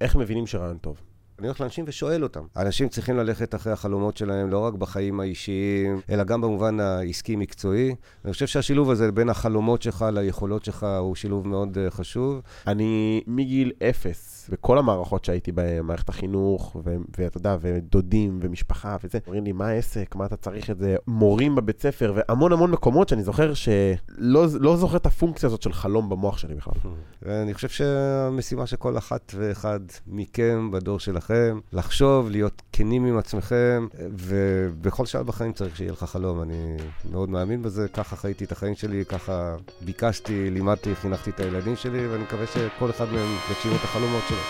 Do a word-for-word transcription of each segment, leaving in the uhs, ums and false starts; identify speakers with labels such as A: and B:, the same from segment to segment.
A: איך מבינים שרעיון טוב?
B: אני הולך לאנשים ושואל אותם. האנשים צריכים ללכת אחרי החלומות שלהם, לא רק בחיים האישיים, אלא גם במובן העסקי-מקצועי. אני חושב שהשילוב הזה בין החלומות שלך ליכולות שלך הוא שילוב מאוד uh, חשוב.
A: אני מגיל אפס, בכל המערכות שהייתי בהן, מערכת החינוך, ו- ואתה יודע, ודודים ומשפחה וזה, אומרים לי, מה העסק, מה אתה צריך את זה, מורים בבית ספר, והמון המון מקומות שאני זוכר שלא לא זוכר את הפונקציה הזאת של חלום במוח שלי בכלל.
B: אני חושב שהמשימה של כל אחת ואחד מכם בדור שלכם, לחשוב, להיות כנים עם עצמכם, ובכל שעה בחיים צריך שיהיה לך חלום. אני מאוד מאמין בזה, ככה חייתי את החיים שלי, ככה ביקשתי, לימדתי, חינכתי את הילדים שלי, ואני מקווה שכל אחד מהם יגשימו את החלומות שלו.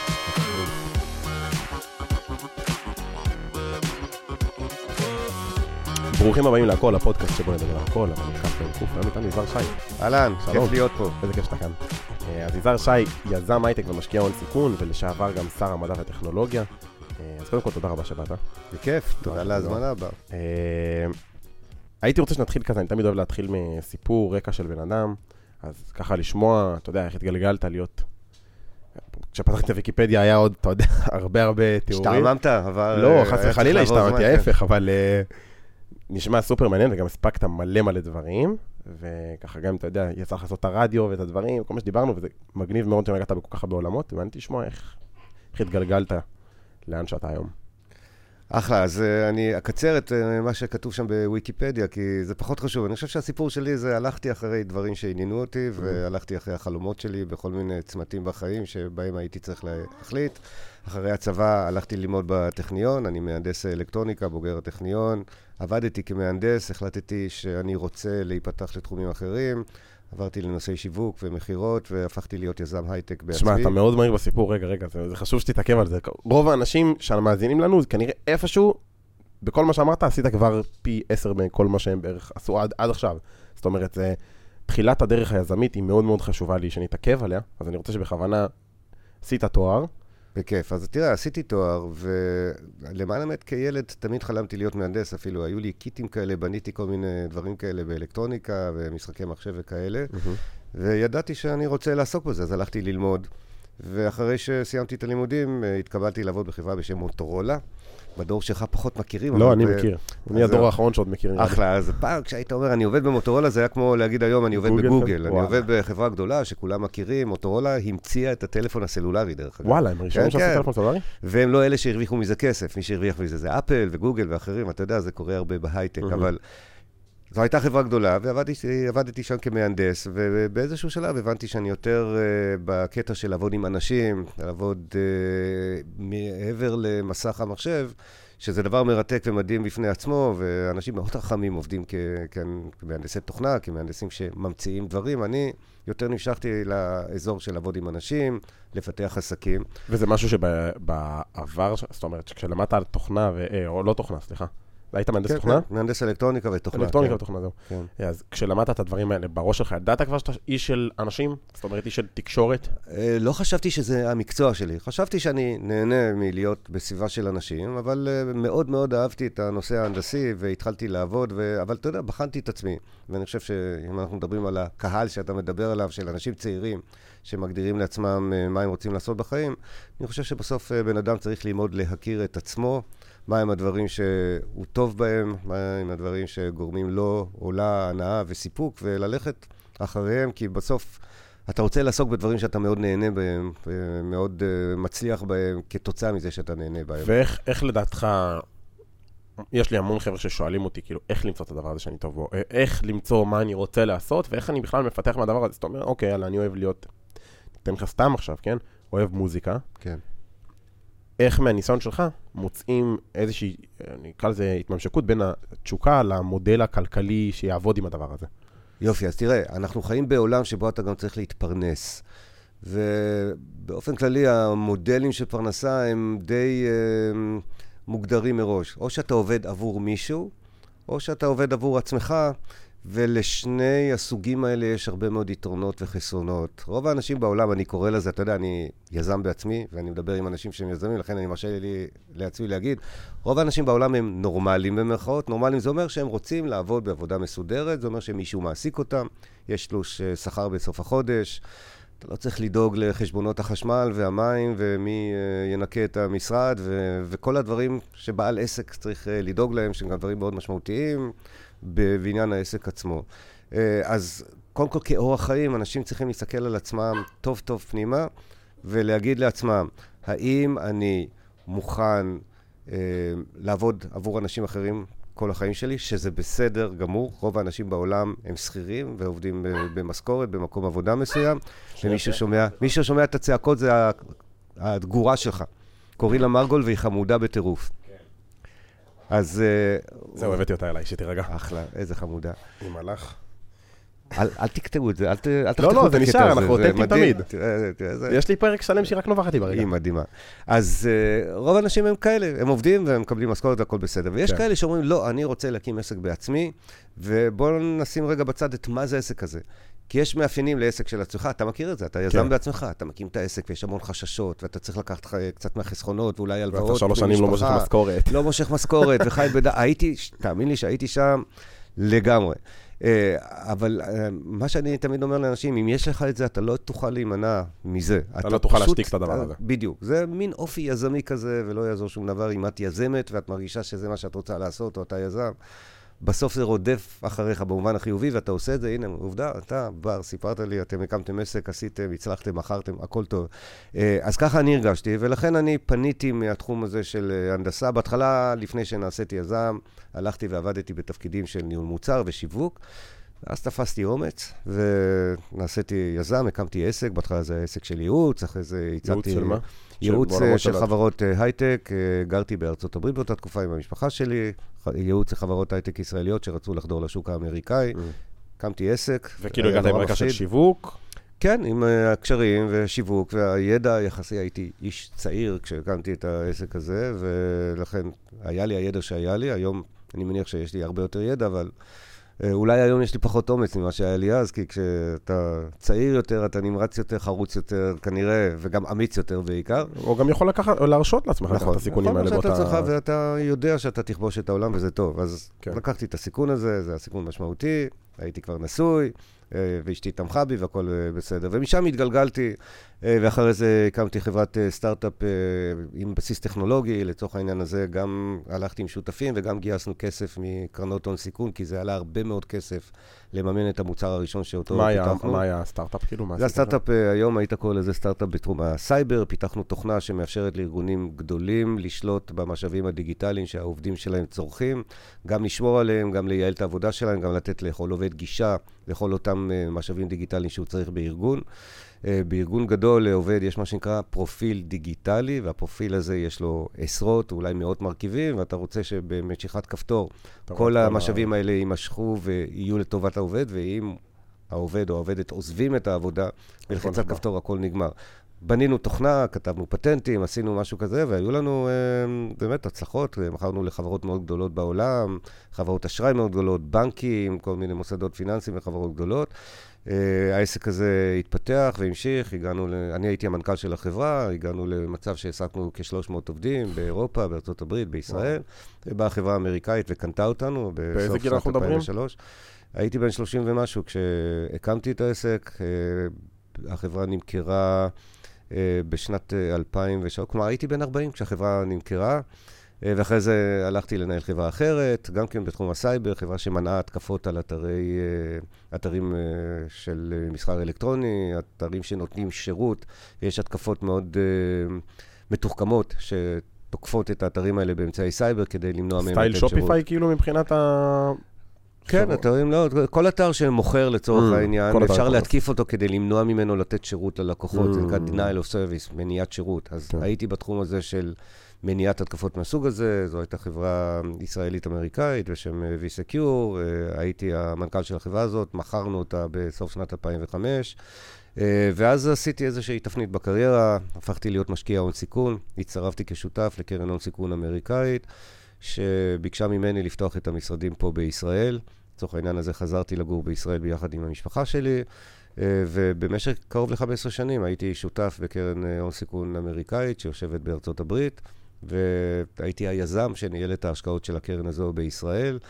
A: ברוכים הבאים להכל, הפודקאסט שבו נדבר על הכל, אבל ניקח לנקוף, היום איתנו יזהר שי.
B: אהלן, כיף להיות פה.
A: איזה כיף שאתה כאן. אז יזהר שי, יזם הייטק ומשקיע הון סיכון, ולשעבר גם שר המדע וטכנולוגיה. אז קודם כל, תודה רבה שבאת.
B: בכיף, תודה על ההזמנה הבאה.
A: הייתי רוצה שנתחיל כזה, אני תמיד אוהב להתחיל מסיפור, רקע של בן אדם, אז ככה לשמוע, אתה יודע, איך התגלגלת להיות... כשפתחתי את הוויקיפדיה היה עוד, אתה יודע, הרבה הרבה תיאורים.
B: השתעממת, אבל...
A: לא, חס וחלילה השתעממתי, ההפך, אבל נשמע סופר מעניין, וגם הספקת מלא מלא דברים, וככה גם, אתה יודע, יצא לך לעשות את הרדיו ואת הדברים, כל מה שדיברנו, וזה מגניב מאוד שנגעת בכל כך הרבה עולמות, ואני תשמע איך התגלגלת לאן שאתה היום.
B: אחלה, אז אני אקצר את מה שכתוב שם בוויקיפדיה, כי זה פחות חשוב. אני חושב שהסיפור שלי זה הלכתי אחרי דברים שעניינו אותי, והלכתי אחרי החלומות שלי בכל מיני צמתים בחיים שבהם הייתי צריך להחליט. אחרי הצבא הלכתי ללמוד בטכניון, אני מהנדס אלקטרוניקה, בוגר הטכניון. עבדתי כמהנדס, החלטתי שאני רוצה להיפתח לתחומים אחרים. עברתי לנושאי שיווק ומחירות, והפכתי להיות יזם הייטק בעצמי.
A: תשמע, אתה מאוד מהיר בסיפור, רגע, רגע, זה, זה חשוב שתתעכב על זה. רוב האנשים שמאזינים לנו, זה כנראה איפשהו, בכל מה שאמרת, עשית כבר פי עשר בכל מה שהם בערך עשו עד, עד עכשיו. זאת אומרת, זה, תחילת הדרך היזמית היא מאוד מאוד חשובה לי שנתעכב עליה, אז אני רוצה שבכוונה עשית תואר.
B: בכיף. אז תראה, עשיתי תואר, ולמען האמת כילד תמיד חלמתי להיות מהנדס, אפילו היו לי קיטים כאלה, בניתי כל מיני דברים כאלה באלקטרוניקה ומשחקי מחשב וכאלה, mm-hmm. וידעתי שאני רוצה לעסוק בזה, אז הלכתי ללמוד, ואחרי שסיימתי את הלימודים, התקבלתי לעבוד בחברה בשם מוטורולה, בדור שלך פחות מכירים.
A: לא, אני מכיר. אני הדור האחרון שעוד מכירים.
B: אחלה, אז פעם כשהיית אומר, אני עובד במוטורולה, זה היה כמו להגיד היום, אני עובד בגוגל. אני עובד בחברה גדולה שכולם מכירים. מוטורולה המציאה את הטלפון הסלולרי דרך אגב.
A: וואלה, הם ראשונים שעשו טלפון סלולרי?
B: והם לא אלה שהרוויחו מזה כסף. מי שהרוויח מזה זה אפל וגוגל ואחרים. אתה יודע, זה קורה הרבה בהייטק, אבל זו הייתה חברה גדולה, ועבדתי שם כמהנדס, ובאיזשהו שלב הבנתי שאני יותר בקטע של לעבוד עם אנשים, לעבוד מעבר למסך המחשב, שזה דבר מרתק ומדהים בפני עצמו, ואנשים מאוד חכמים עובדים כמהנדסי תוכנה, כמהנדסים שממציאים דברים. אני יותר נמשכתי לאזור של לעבוד עם אנשים, לפתח עסקים.
A: וזה משהו שבעבר, זאת אומרת, כשלמדת על תוכנה, או לא תוכנה, סליחה, היית מהנדס תוכנה?
B: כן, מהנדס אלקטרוניקה ותוכנה.
A: אלקטרוניקה ותוכנה, זהו. אז כשלמדת את הדברים האלה בראש שלך, ידעת כבר שאתה איש של אנשים? זאת אומרת, איש של תקשורת?
B: לא חשבתי שזה המקצוע שלי. חשבתי שאני נהנה מלהיות בסביבה של אנשים, אבל מאוד מאוד אהבתי את הנושא ההנדסי, והתחלתי לעבוד, אבל אתה יודע, בחנתי את עצמי. ואני חושב שאם אנחנו מדברים על הקהל שאתה מדבר עליו, של אנשים צעירים, שמגדירים לעצמם מה הם רוצים לעשות בחיים, אני חושב שבסוף בן אדם צריך ללמוד להכיר את עצמו, מהם הדברים שהוא טוב בהם, מהם הדברים שגורמים לו עולה, הנאה וסיפוק, וללכת אחריהם, כי בסוף אתה רוצה לעסוק בדברים שאתה מאוד נהנה בהם, ומאוד מצליח בהם, כתוצאה מזה שאתה נהנה בהם.
A: ואיך איך לדעתך, יש לי המון חבר'ה ששואלים אותי, כאילו, איך למצוא את הדבר הזה שאני טוב בו, איך למצוא מה אני רוצה לעשות, ואיך אני בכלל מפתח מהדבר הזה. זאת אומרת, אוקיי, יאללה, אני אוהב להיות, תן לך סתם עכשיו, כן? אוהב מוזיקה.
B: כן.
A: איך מהניסיון שלך מוצאים איזושהי, אני אקרא לזה התממשקות בין התשוקה למודל הכלכלי שיעבוד עם הדבר הזה?
B: יופי, אז תראה, אנחנו חיים בעולם שבו אתה גם צריך להתפרנס. ובאופן כללי המודלים של פרנסה הם די אה, מוגדרים מראש. או שאתה עובד עבור מישהו, או שאתה עובד עבור עצמך, ולשני הסוגים האלה יש הרבה מאוד יתרונות וחסרונות. רוב האנשים בעולם, אני קורא לזה, אתה יודע, אני יזם בעצמי, ואני מדבר עם אנשים שהם יזמים, לכן אני מרשה לי לעצמי להגיד, רוב האנשים בעולם הם נורמליים במרכאות. נורמליים זה אומר שהם רוצים לעבוד בעבודה מסודרת, זה אומר שמישהו מעסיק אותם, יש תלוש שכר בסוף החודש, אתה לא צריך לדאוג לחשבונות החשמל והמים, ומי ינקה את המשרד, ו- וכל הדברים שבעל עסק צריך לדאוג להם, שהם גם דברים מאוד משמעותיים בבניין העסק עצמו. אז קודם כל כאורח חיים, אנשים צריכים להסתכל על עצמם טוב טוב פנימה, ולהגיד לעצמם, האם אני מוכן אה, לעבוד עבור אנשים אחרים כל החיים שלי, שזה בסדר גמור. רוב האנשים בעולם הם שכירים ועובדים במשכורת, במקום עבודה מסוים, ומי ששומע, מי ששומע את הצעקות זה הגורה שלך. קוראים לה מרגול והיא חמודה בטירוף. אז...
A: זהו, הבאתי אותה אליי, שתירגע.
B: אחלה, איזה חמודה.
A: היא מלאך.
B: אל, אל תקטעו את זה, אל, אל תחתכו
A: לא, לא,
B: את
A: זה
B: הקטע
A: נשאר,
B: הזה.
A: אנחנו אותנטים תמיד.
B: תראה, תראה, זה...
A: יש לי פרק שלם שהיא רק נובחת לי ברגע.
B: היא מדהימה. אז uh, רוב האנשים הם כאלה, הם עובדים והם מקבלים משכורת והכל בסדר. ויש כן. כאלה שאומרים, לא, אני רוצה להקים עסק בעצמי, ובואו נשים רגע בצד את מה זה העסק הזה. כי יש מאפיינים לעסק של עצמך, אתה מכיר את זה, אתה יזם כן. בעצמך, אתה מקים את העסק ויש המון חששות, ואתה צריך לקחת קצת מהחסכונות, ואולי הלוואות.
A: ואתה שלוש שנים לא מושך משכורת.
B: לא מושך משכורת, וחי בד... הייתי, תאמין לי שהייתי שם לגמרי. אבל מה שאני תמיד אומר לאנשים, אם יש לך את זה, אתה לא תוכל להימנע מזה.
A: אתה לא תוכל להשתיק את הדבר הזה.
B: בדיוק. זה מין אופי יזמי כזה, ולא יעזור שום דבר אם את יזמת, ואת מרגישה שזה מה שאת רוצה לעשות, או אתה יזם. בסוף זה רודף אחריך במובן החיובי, ואתה עושה את זה, הנה, עובדה, אתה בר, סיפרת לי, אתם הקמתם עסק, עשיתם, הצלחתם, מכרתם, הכל טוב. אז ככה אני הרגשתי, ולכן אני פניתי מהתחום הזה של הנדסה. בהתחלה, לפני שנעשיתי יזם, הלכתי ועבדתי בתפקידים של ניהול מוצר ושיווק, אז תפסתי אומץ, ונעשיתי יזם, הקמתי עסק, בהתחלה זה עסק של ייעוץ, אחרי זה הצעתי...
A: ייעוץ של מה?
B: ייעוץ של חברות הייטק, גרתי בארצות הברית באותה תקופה עם המשפחה שלי, ייעוץ לחברות הייטק ישראליות שרצו לחדור לשוק האמריקאי, הקמתי עסק.
A: וכאילו הגעת עם רקע של שיווק?
B: כן, עם הקשרים ושיווק, והידע יחסי, הייתי איש צעיר כשהקמתי את העסק הזה, ולכן היה לי הידע שהיה לי, היום אני מניח שיש לי הרבה יותר ידע, אבל... אולי היום יש לי פחות אומץ ממה שהיה לי אז, כי כשאתה צעיר יותר, אתה נמרץ יותר, חרוץ יותר, כנראה, וגם אמיץ יותר בעיקר.
A: או גם יכול לקחת, להרשות לעצמך לקחת את הסיכונים האלה
B: באותה... נכון, יכול ואתה יודע שאתה תכבוש את העולם, וזה טוב. אז לקחתי את הסיכון הזה, זה הסיכון משמעותי, הייתי כבר נשוי, ואשתי תמכה בי והכל בסדר. ומשם התגלגלתי, ואחרי זה הקמתי חברת סטארט-אפ עם בסיס טכנולוגי, לצורך העניין הזה גם הלכתי עם שותפים וגם גייסנו כסף מקרנות הון סיכון, כי זה עלה הרבה מאוד כסף לממן את המוצר הראשון שאותו פיתחנו.
A: מה היה הסטארט-אפ? כאילו, מה
B: זה הסטארט-אפ, היום היית קורא לזה סטארט-אפ בתחום הסייבר, פיתחנו תוכנה שמאפשרת לארגונים גדולים לשלוט במשאבים הדיגיטליים שהעובדים שלהם צורכים, גם לשמור עליהם, גם לייעל את העבודה שלהם, גם לתת לכל עובד גישה לכל אותם משאבים דיגיטליים שהוא צריך בארגון. בארגון גדול לעובד יש מה שנקרא פרופיל דיגיטלי, והפרופיל הזה יש לו עשרות, אולי מאות מרכיבים, ואתה רוצה שבמשיכת כפתור כל המשאבים האלה יימשכו ויהיו לטובת העובד, ואם העובד או העובדת עוזבים את העבודה, בלחיצת כפתור הכל נגמר. בנינו תוכנה, כתבנו פטנטים, עשינו משהו כזה, והיו לנו אה, באמת הצלחות, מכרנו לחברות מאוד גדולות בעולם, חברות אשראי מאוד גדולות, בנקים, כל מיני מוסדות פיננסיים וחברות גדולות. אה, העסק הזה התפתח והמשיך, הגענו, ל... אני הייתי המנכ"ל של החברה, הגענו למצב שהעסקנו כ-שלוש מאות עובדים באירופה, בארצות הברית, בישראל, ובאה החברה האמריקאית וקנתה אותנו בסוף שנת אלפיים ושלוש. הייתי בן שלושים ומשהו כשהקמתי את העסק, אה, החברה נמכרה בשנת אלפיים ושלוש, כלומר הייתי בן ארבעים כשהחברה נמכרה, ואחרי זה הלכתי לנהל חברה אחרת, גם כן בתחום הסייבר, חברה שמנעה התקפות על אתרי, אתרים של מסחר אלקטרוני, אתרים שנותנים שירות, יש התקפות מאוד מתוחכמות שתוקפות את האתרים האלה באמצעי סייבר כדי למנוע מהם לתת שירות.
A: סטייל שופיפיי כאילו מבחינת ה...
B: כן, אתרים לא, כל אתר שמוכר לצורך העניין, אפשר להתקיף אותו כדי למנוע ממנו לתת שירות ללקוחות, זה נקרא denial of service, מניעת שירות. אז הייתי בתחום הזה של מניעת התקפות מהסוג הזה, זו הייתה חברה ישראלית-אמריקאית בשם V-Secure, הייתי המנכ"ל של החברה הזאת, מכרנו אותה בסוף שנת אלפיים וחמש, ואז עשיתי איזושהי תפנית בקריירה, הפכתי להיות משקיע הון סיכון, הצטרפתי כשותף לקרן הון סיכון אמריקאית, שביקשה ממני לפתוח את המשרדים פה בישראל. לצורך העניין הזה חזרתי לגור בישראל ביחד עם המשפחה שלי, ובמשך קרוב ל-חמש עשרה שנים הייתי שותף בקרן הון סיכון אמריקאית שיושבת בארצות הברית, והייתי היזם שניהל את ההשקעות של הקרן הזו בישראל,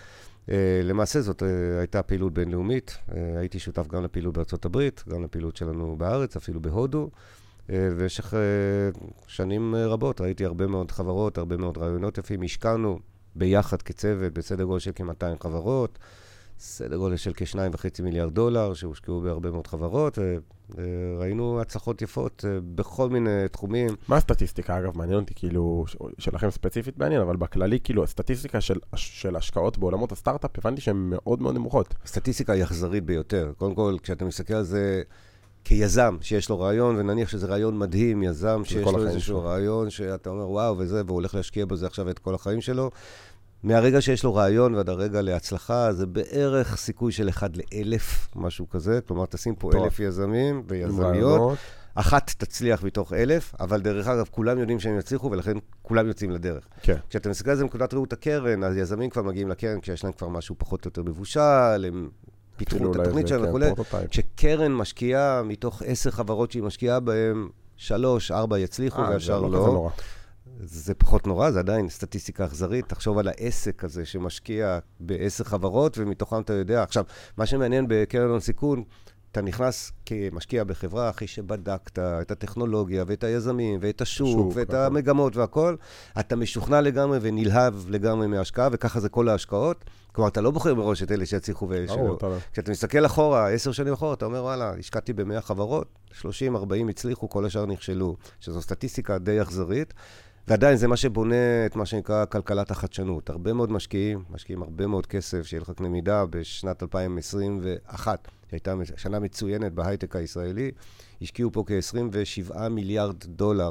B: למעשה זאת הייתה פעילות בינלאומית, הייתי שותף גם לפעילות בארצות הברית, גם לפעילות שלנו בארץ, אפילו בהודו, ובמשך שנים רבות ראיתי הרבה מאוד חברות, הרבה מאוד רעיונות יפים, השקענו ביחד כצוות בסדר גודל של כ-מאתיים חברות, סדר גודל של כשניים וחצי מיליארד דולר שהושקעו בהרבה מאוד חברות, וראינו הצלחות יפות בכל מיני תחומים.
A: מה הסטטיסטיקה, אגב, מעניין אותי, כאילו, שלכם ספציפית מעניין, אבל בכללי, כאילו, הסטטיסטיקה של, של השקעות בעולמות הסטארט-אפ, הבנתי שהן מאוד מאוד נמוכות.
B: הסטטיסטיקה היא אכזרית ביותר. קודם כל, כשאתה מסתכל על זה כיזם שיש לו רעיון, ונניח שזה רעיון מדהים, יזם שיש לו איזשהו רעיון, שאתה אומר, וואו, וזה, והוא הולך להשקיע בזה עכשיו את כל החיים שלו, מהרגע שיש לו רעיון ועד הרגע להצלחה, זה בערך סיכוי של אחד לאלף, משהו כזה. כלומר, תשים פה אלף יזמים ויזמיות. אחת תצליח מתוך אלף, אבל דרך אגב, כולם יודעים שהם יצליחו, ולכן כולם יוצאים לדרך.
A: כן.
B: כשאתה מסתכל על זה מנקודת ראות הקרן, אז יזמים כבר מגיעים לקרן, כשיש להם כבר משהו פחות או יותר מבושל, הם פיתחו את התוכנית שלהם וכו'. כשקרן משקיעה, מתוך עשר חברות שהיא משקיעה בהן, שלוש, ארבע יצליחו, והשאר לא. זה פחות נורא, זה עדיין סטטיסטיקה אכזרית. תחשוב על העסק הזה שמשקיע בעשר חברות, ומתוכם אתה יודע. עכשיו, מה שמעניין בקרן הון סיכון, אתה נכנס כמשקיע בחברה, אחרי שבדקת את הטכנולוגיה, ואת היזמים, ואת השוק, שוק, ואת נכון. המגמות והכל, אתה משוכנע לגמרי ונלהב לגמרי מההשקעה, וככה זה כל ההשקעות. כלומר, אתה לא בוחר מראש את אלה שיצליחו ואלה שלא. כשאתה מסתכל אחורה, עשר שנים אחורה, אתה אומר, וואלה, השקעתי במאה חברות, שלושים ארבעים הצליחו, כל השאר נכשלו, שזו סטטיסטיקה די אכזרית. ועדיין זה מה שבונה את מה שנקרא כלכלת החדשנות. הרבה מאוד משקיעים, משקיעים הרבה מאוד כסף, שיהיה לך קנה מידה בשנת אלפיים עשרים ואחת, שהייתה שנה מצוינת בהייטק הישראלי, השקיעו פה כ-עשרים ושבעה מיליארד דולר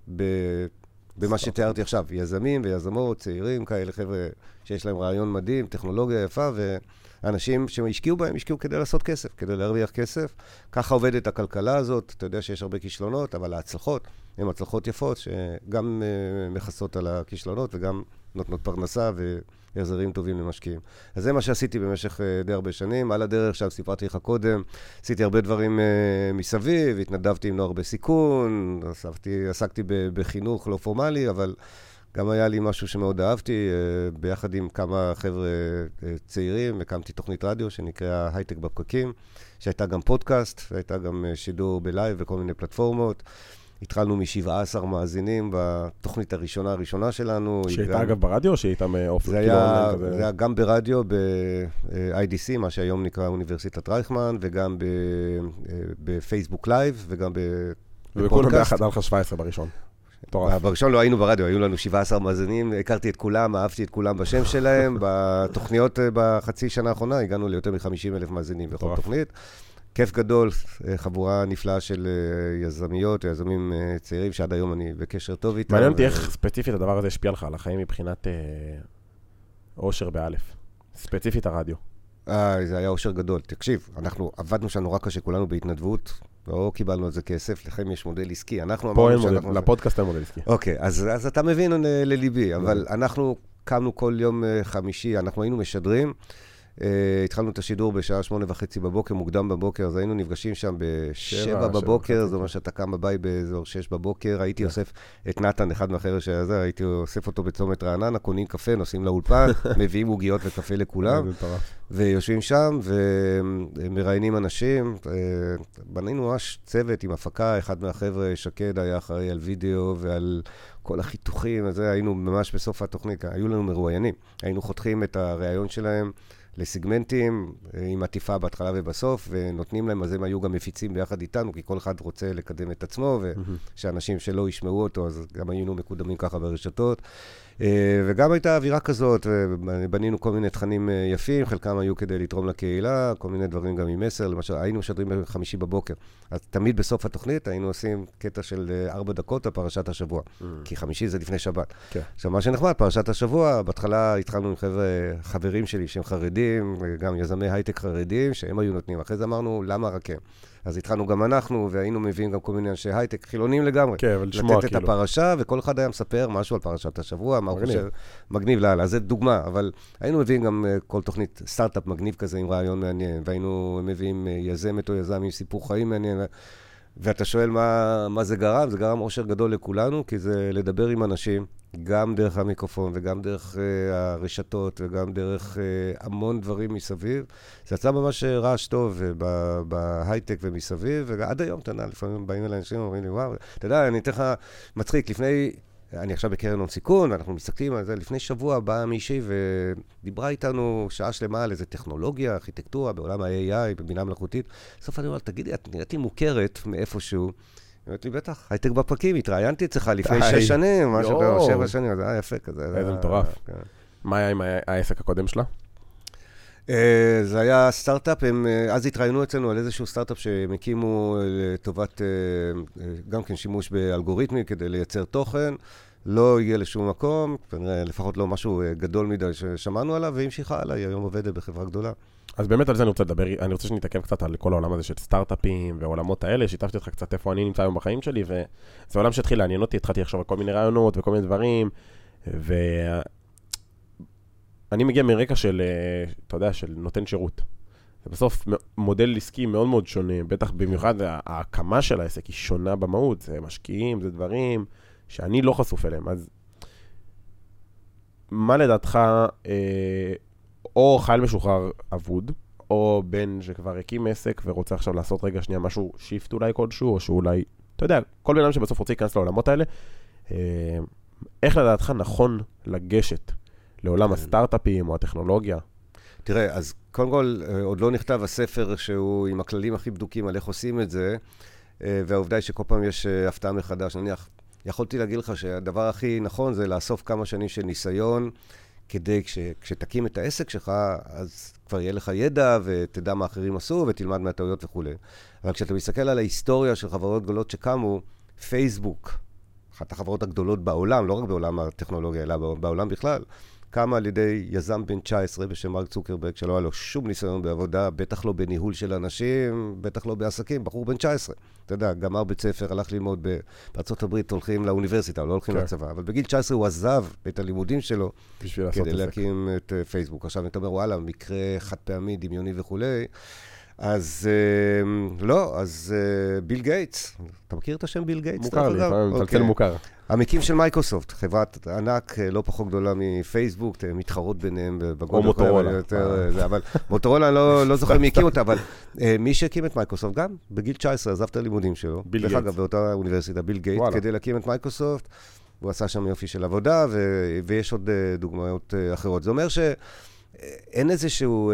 B: במה שתיארתי עכשיו, יזמים ויזמות, צעירים כאלה, חבר'ה שיש להם רעיון מדהים, טכנולוגיה יפה, ואנשים שהשקיעו בהם, השקיעו כדי לעשות כסף, כדי להרוויח כסף. ככה עובדת הכלכלה הזאת, אתה יודע שיש הרבה כישלונות, אבל ההצלחות הן הצלחות יפות, שגם מכסות על הכישלונות וגם נותנות פרנסה והחזרים טובים למשקיעים. אז זה מה שעשיתי במשך די הרבה שנים. על הדרך, עכשיו סיפרתי לך קודם, עשיתי הרבה דברים מסביב, התנדבתי עם נוער בסיכון, עסקתי, עסקתי בחינוך לא פורמלי, אבל גם היה לי משהו שמאוד אהבתי, ביחד עם כמה חבר'ה צעירים, הקמתי תוכנית רדיו שנקרא הייטק בפקקים, שהייתה גם פודקאסט, והייתה גם שידור בלייב וכל מיני פלטפורמות. התחלנו מ-שבעה עשר מאזינים בתוכנית הראשונה הראשונה שלנו.
A: שהייתה אגב ברדיו או שהייתה מאופן?
B: זה היה גם ברדיו ב-איי די סי, מה שהיום נקרא אוניברסיטת רייכמן, וגם בפייסבוק לייב, וגם בפודקאסט.
A: וכולנו ביחד היה לך שבע עשרה בראשון.
B: בראשון לא היינו ברדיו, היו לנו שבעה עשר מאזינים, הכרתי את כולם, אהבתי את כולם בשם שלהם. בתוכניות בחצי שנה האחרונה הגענו ליותר מ-חמישים אלף מאזינים בכל תוכנית. כיף גדול, חבורה נפלאה של יזמיות, יזמים צעירים, שעד היום אני בקשר טוב איתם.
A: מעניין אותי איך ספציפית הדבר הזה השפיע לך על החיים מבחינת אושר באלף. ספציפית הרדיו.
B: זה היה אושר גדול. תקשיב, אנחנו עבדנו שם נורא קשה, כולנו בהתנדבות, לא קיבלנו על זה כסף, לכם יש מודל עסקי.
A: פה אין מודל, לפודקאסט אין מודל עסקי.
B: אוקיי, אז אתה מבין לליבי, אבל אנחנו קמנו כל יום חמישי, אנחנו היינו משדרים, Uh, התחלנו את השידור בשעה שמונה וחצי בבוקר, מוקדם בבוקר, אז היינו נפגשים שם בשבע בבוקר, זאת אומרת שאתה קם בבית באזור שש בבוקר, הייתי אוסף את נתן, אחד מהחבר'ה שזה, הייתי אוסף אותו בצומת רעננה, קונים קפה, נוסעים לאולפן, מביאים עוגיות וקפה לכולם, ויושבים שם ומראיינים אנשים, בנינו ממש צוות עם הפקה, אחד מהחבר'ה שקד היה אחראי על וידאו ועל כל החיתוכים, אז היינו ממש בסוף התוכנית, היו לנו מרואיינים, היינו חותכים את הראיון שלהם, לסגמנטים, עם עטיפה בהתחלה ובסוף, ונותנים להם, אז הם היו גם מפיצים ביחד איתנו, כי כל אחד רוצה לקדם את עצמו, ושאנשים שלא ישמעו אותו, אז גם היינו מקודמים ככה ברשתות. וגם הייתה אווירה כזאת, ובנינו כל מיני תכנים יפים, חלקם היו כדי לתרום לקהילה, כל מיני דברים גם עם מסר, למשל, היינו משדרים בחמישי בבוקר. אז תמיד בסוף התוכנית היינו עושים קטע של ארבע דקות על פרשת השבוע, כי חמישי זה לפני שבת. עכשיו, מה שנחמד, פרשת השבוע, בהתחלה התחלנו עם חברים שלי שהם חרדים, גם יזמי הייטק חרדים, שהם היו נותנים. אחרי זה אמרנו, למה רק הם? אז התחלנו גם אנחנו, והיינו מביאים גם כל מיני אנשי הייטק, חילונים לגמרי.
A: כן, אבל לשמוע
B: לתת את הפרשה, וכל אחד היה מספר משהו על פרשת השבוע, מה הוא חושב, מגניב לאללה. אז זה דוגמה, אבל היינו מביאים גם כל תוכנית סטארט-אפ מגניב כזה עם רעיון מעניין, והיינו מביאים יזמת או יזם עם סיפור חיים מעניין. ואתה שואל מה, מה זה גרם? זה גרם אושר גדול לכולנו, כי זה לדבר עם אנשים, גם דרך המיקרופון וגם דרך uh, הרשתות וגם דרך uh, המון דברים מסביב. זה יצא ממש רעש טוב uh, בהייטק ומסביב, ועד היום, אתה יודע, לפעמים באים אליי אנשים ואומרים לי, וואו, אתה יודע, אני אתן לך מצחיק, לפני, אני עכשיו בקרן הון סיכון, ואנחנו מסתכלים על זה, לפני שבוע באה מישהי ודיברה איתנו שעה שלמה על איזה טכנולוגיה, ארכיטקטורה, בעולם ה-איי איי, בבינה מלאכותית. בסוף אני אומר, תגידי, את נראית לי מוכרת מאיפשהו, אמרת לי, בטח, הייטק בפרקים, התראיינתי אצלך לפני שש שנים, משהו כזה, שבע שנים, זה היה יפה כזה.
A: איזה מטורף. מה היה עם העסק הקודם שלה?
B: זה היה סטארט-אפ, אז התראיינו אצלנו על איזשהו סטארט-אפ שהם הקימו לטובת גם כן שימוש באלגוריתמי כדי לייצר תוכן, לא הגיע לשום מקום, לפחות לא משהו גדול מדי ששמענו עליו, והמשיכה עליי, היום עובדת בחברה גדולה.
A: אז באמת על זה אני רוצה לדבר, אני רוצה שנתעכב קצת על כל העולם הזה של סטארט-אפים ועולמות האלה, שיתפתי אותך קצת איפה אני נמצא היום בחיים שלי, וזה עולם שהתחיל לעניין אותי, התחלתי לחשוב על כל מיני רעיונות וכל מיני דברים, ואני מגיע מרקע של, אתה יודע, של נותן שירות. בסוף מודל עסקי מאוד מאוד שונה, בטח במיוחד ההקמה של העסק היא שונה במהות, זה משקיעים, זה דברים שאני לא חשוף אליהם, אז מה לדעתך, אה, או חייל משוחרר אבוד, או בן שכבר הקים עסק ורוצה עכשיו לעשות רגע שנייה משהו שיפט אולי כלשהו, או שאולי, אתה יודע, כל בן אדם שבסוף רוצה להיכנס לעולמות האלה, אה, איך לדעתך נכון לגשת לעולם הסטארט-אפים או הטכנולוגיה?
B: תראה, אז קודם כל, עוד לא נכתב הספר שהוא עם הכללים הכי בדוקים על איך עושים את זה, והעובדה היא שכל פעם יש הפתעה מחדש. נניח, יכולתי להגיד לך שהדבר הכי נכון זה לאסוף כמה שנים של ניסיון, כדי כש, כשתקים את העסק שלך, אז כבר יהיה לך ידע ותדע מה אחרים עשו ותלמד מהטעויות וכו'. אבל כשאתה מסתכל על ההיסטוריה של חברות גדולות שקמו, פייסבוק, אחת החברות הגדולות בעולם, לא רק בעולם הטכנולוגיה, אלא בעולם בכלל, קמה על ידי יזם בן תשע עשרה בשם מרק צוקרברג, שלא היה לו שום ניסיון בעבודה, בטח לא בניהול של אנשים, בטח לא בעסקים, בחור בן תשע עשרה. אתה יודע, גמר בית ספר, הלך ללמוד בארצות הברית, הולכים לאוניברסיטה, לא הולכים לצבא. אבל בגיל תשע עשרה הוא עזב את הלימודים שלו, כדי להקים את פייסבוק. עכשיו, אתה אומר, וואלה, מקרה חד פעמי, דמיוני וכו'. אז לא, אז ביל גייטס, אתה מכיר את השם ביל גייטס?
A: מוכר לי, מצלצל מוכר.
B: המקים של מייקרוסופט, חברת ענק לא פחות גדולה מפייסבוק, מתחרות ביניהם בגודל.
A: או מוטורולה.
B: אבל מוטורולה, לא זוכר מי הקים אותה, אבל מי שהקים את מייקרוסופט גם, בגיל תשע עשרה עזב את הלימודים שלו.
A: ביל גייטס.
B: דרך אגב, באותה אוניברסיטה, ביל גייטס, כדי להקים את מייקרוסופט, הוא עשה שם יופי של עבודה, ויש עוד דוגמאות אחרות. זה אומר שאין איזשהו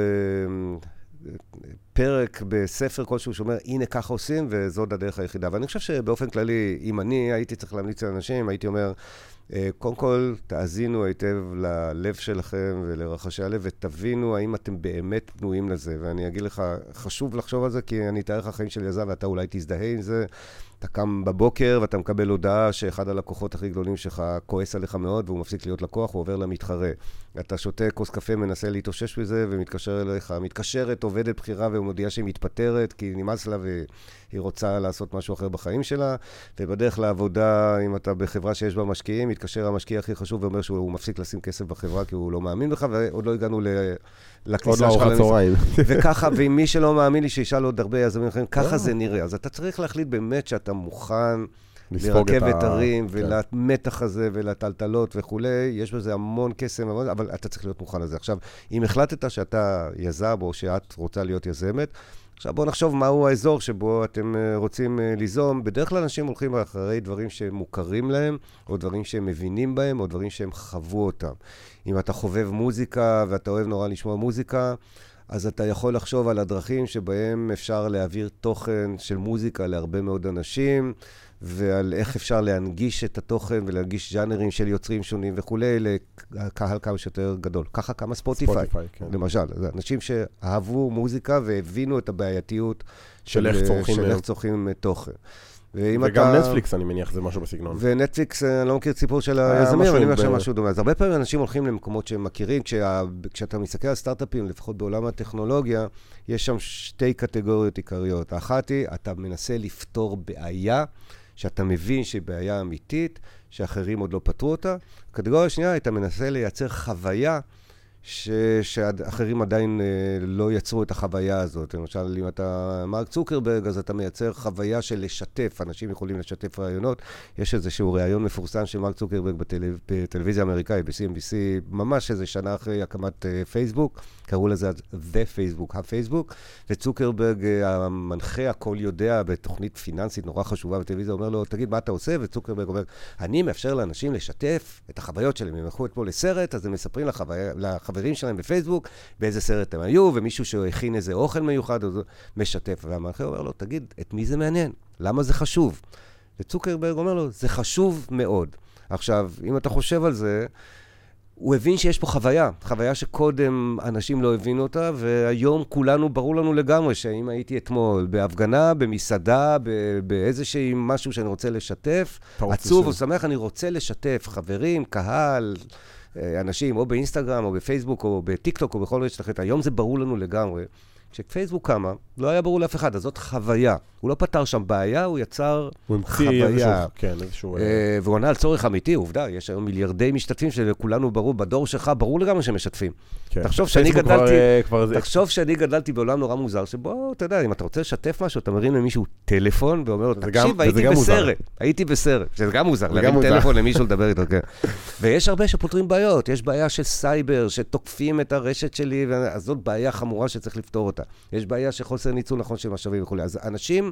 B: פרק בספר כלשהו שאומר, הנה ככה עושים, וזאת הדרך היחידה. ואני חושב שבאופן כללי, אם אני הייתי צריך להמליץ לאנשים, הייתי אומר, קודם כל, תאזינו היטב ללב שלכם ולרחשי הלב, ותבינו האם אתם באמת פנויים לזה. ואני אגיד לך, חשוב לחשוב על זה, כי אני אתאר לך החיים של יזם, ואתה אולי תזדהה עם זה. אתה קם בבוקר ואתה מקבל הודעה שאחד הלקוחות הכי גדולים שלך כועס עליך מאוד, והוא מפסיק להיות לקוח, הוא עובר למתחרה. אתה שותה כוס קפה, מנסה להתאושש בזה, ומתקשר אליך. מתקשרת, עובדת בחירה, והוא מודיע שהיא מתפטרת, כי נמאס לה והיא רוצה לעשות משהו אחר בחיים שלה. ובדרך לעבודה, אם אתה בחברה שיש בה משקיעים, מתקשר המשקיע הכי חשוב ואומר שהוא מפסיק לשים כסף בחברה, כי הוא לא מאמין בך, ועוד לא הגענו לכניסה שלך. וככה, ועם מי שלא מאמין לי, שישאל עוד הרבה יזמים אחרים, ככה זה נראה. אז אתה צריך להחליט באמת שאתה מוכן לרכב את הרים, ולמתח הזה, ולטלטלות וכו'. יש בזה המון קסם, אבל אתה צריך להיות מוכן לזה. עכשיו, אם החלטת שאתה יזם, או שאת רוצה להיות יזמת, עכשיו בואו נחשוב מהו האזור שבו אתם רוצים ליזום. בדרך כלל אנשים הולכים אחרי דברים שהם מוכרים להם, או דברים שהם מבינים בהם, או דברים שהם חוו אותם. אם אתה חובב מוזיקה, ואתה אוהב נורא לשמוע מוזיקה, אז אתה יכול לחשוב על הדרכים שבהם אפשר להעביר תוכן של מוזיקה להרבה מאוד אנשים, ועל איך אפשר להנגיש את התוכן ולהנגיש ז'אנרים של יוצרים שונים וכולי לקהל כמה שיותר גדול. ככה כמה ספוטיפיי, ספוטיפיי כן. למשל. זה אנשים שאהבו מוזיקה והבינו את הבעייתיות
A: של איך צורכים,
B: של איך צורכים תוכן.
A: וגם אתה... נטפליקס, אני מניח, זה משהו בסגנון.
B: ונטפליקס, אני לא מכיר ציפור של היזמים, אבל אני אומר שם משהו דומה. אז הרבה פעמים אנשים הולכים למקומות שהם מכירים, כשה... כשאתה מסתכל על סטארט-אפים, לפחות בעולם הטכנולוגיה, יש שם שתי קטגוריות עיקריות. האחת היא, אתה מנסה לפתור בעיה, שאתה מבין שהיא בעיה אמיתית, שאחרים עוד לא פתרו אותה. הקטגוריה השנייה, אתה מנסה לייצר חוויה ש, שאחרים עדיין אה, לא יצרו את החוויה הזאת. למשל, אם אתה מרק צוקרברג, אז אתה מייצר חוויה של לשתף, אנשים יכולים לשתף רעיונות. יש איזשהו ראיון מפורסם של מרק צוקרברג בטלו, בטלוויזיה האמריקאית, ב-סי אן בי סי, ממש איזה שנה אחרי הקמת אה, פייסבוק, קראו לזה The פייסבוק, הפייסבוק, וצוקרברג, אה, המנחה הכל יודע בתוכנית פיננסית נורא חשובה בטלוויזיה, אומר לו, תגיד, מה אתה עושה? וצוקרברג אומר, אני מאפשר לאנשים לשתף את החוויות שלהם. הם הלכו אתמול לסרט, אז הם מספרים לחוויה, לחברים שלהם בפייסבוק, באיזה סרט הם היו, ומישהו שהכין איזה אוכל מיוחד, אז הוא משתף. והמנחה אומר לו, תגיד, את מי זה מעניין? למה זה חשוב? וצוקרברג אומר לו, זה חשוב מאוד. עכשיו, אם אתה חושב על זה, הוא הבין שיש פה חוויה, חוויה שקודם אנשים לא הבינו אותה, והיום כולנו, ברור לנו לגמרי, שאם הייתי אתמול בהפגנה, במסעדה, באיזשהו משהו שאני רוצה לשתף, עצוב או שמח, אני רוצה לשתף חברים, קהל, אנשים, או באינסטגרם, או בפייסבוק, או בטיקטוק, או בכל רשת אחרת. היום זה ברור לנו לגמרי. כשפייסבוק קמה, לא היה ברור לאף אחד, אז זאת חוויה. הוא לא פתר שם בעיה, הוא יצר
A: הוא חוויה. איזשהו, כן, איזשהו...
B: אה, והוא ענה על צורך אמיתי, עובדה, יש היום מיליארדי משתתפים שלכולנו ברור, בדור שלך ברור לגמרי שהם משתפים. כן. תחשוב שאני גדלתי, כבר, כבר תחשוב זה... שאני גדלתי בעולם נורא מוזר, שבו, אתה יודע, אם אתה רוצה לשתף משהו, אתה מרים למישהו טלפון, ואומר לו, תקשיב, הייתי בסרט, הייתי בסרט, שזה גם מוזר, להרים טלפון למישהו לדבר איתו, כן. ויש הרבה שפותרים בעיות, יש בעיה של סייבר, שתוקפים את הרשת שלי, אז זאת בעיה חמורה שצריך לפתור אותה. יש בעיה של חוסר ניצול נכון של משאבים וכו'. אז אנשים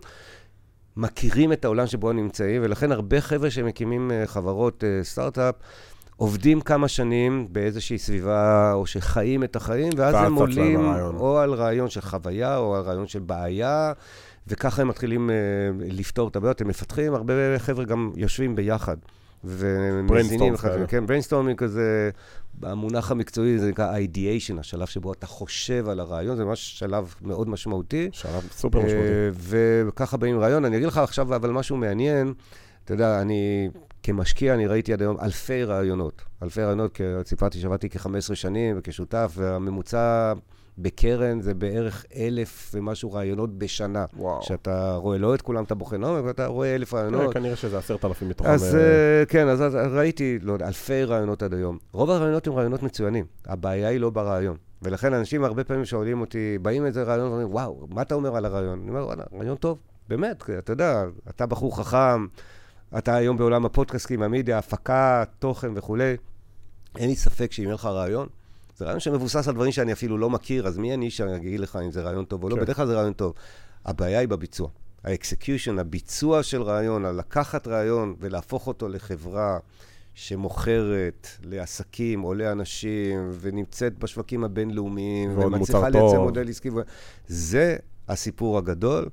B: מכירים את העולם שבו הם נמצאים, ולכן הרבה חבר'ה שמקימים חברות סטארט-אפ, עובדים כמה שנים באיזושהי סביבה, או שחיים את החיים, ואז הם עולים או על רעיון של חוויה, או על רעיון של בעיה, וככה הם מתחילים לפתור את הבעיות. הם מפתחים, הרבה חבר'ה גם יושבים ביחד.
A: בריינסטורם,
B: כן, בריינסטורמינג כזה, המונח המקצועי זה נקרא ideation, השלב שבו אתה חושב על הרעיון, זה ממש שלב מאוד משמעותי.
A: שלב סופר משמעותי.
B: וככה באים רעיון, אני אגיד לך עכשיו אבל משהו מעניין, אתה יודע, אני כמשקיע, אני ראיתי עד היום אלפי רעיונות, אלפי רעיונות, כי סיפרתי שעבדתי כ-חמש עשרה שנים וכשותף, והממוצע בקרן זה בערך אלף ומשהו רעיונות בשנה.
A: וואו.
B: שאתה רואה לא את כולם, אתה בוחן, לא, ואתה רואה אלף רעיונות.
A: כנראה שזה עשרת אלפים מתוכם.
B: אז כן, אז ראיתי לא, אלפי רעיונות עד היום. רוב הרעיונות הם רעיונות מצוינים. הבעיה היא לא ברעיון. ולכן אנשים הרבה פעמים שואלים אותי, באים איזה רעיון ואומרים, וואו, מה אתה אומר על הרעיון? אני אומר, וואלה, רעיון טוב. באמת, אתה יודע, אתה בחור חכם, אתה היום בעולם הפודקאסטים, המדיה, הפקה, תוכן וכו'. אין לי ספק שאם יהיה לך רעיון, זה רעיון שמבוסס על דברים שאני אפילו לא מכיר, אז מי אני שאני אגיד לך אם זה רעיון טוב או לא? בדרך כלל זה רעיון טוב. הבעיה היא בביצוע. האקסקיושן, הביצוע של רעיון, לקחת רעיון ולהפוך אותו לחברה שמוכרת לעסקים או לאנשים, ונמצאת בשווקים הבינלאומיים, ומצליחה לייצר מודל עסקי. זה הסיפור הגדול,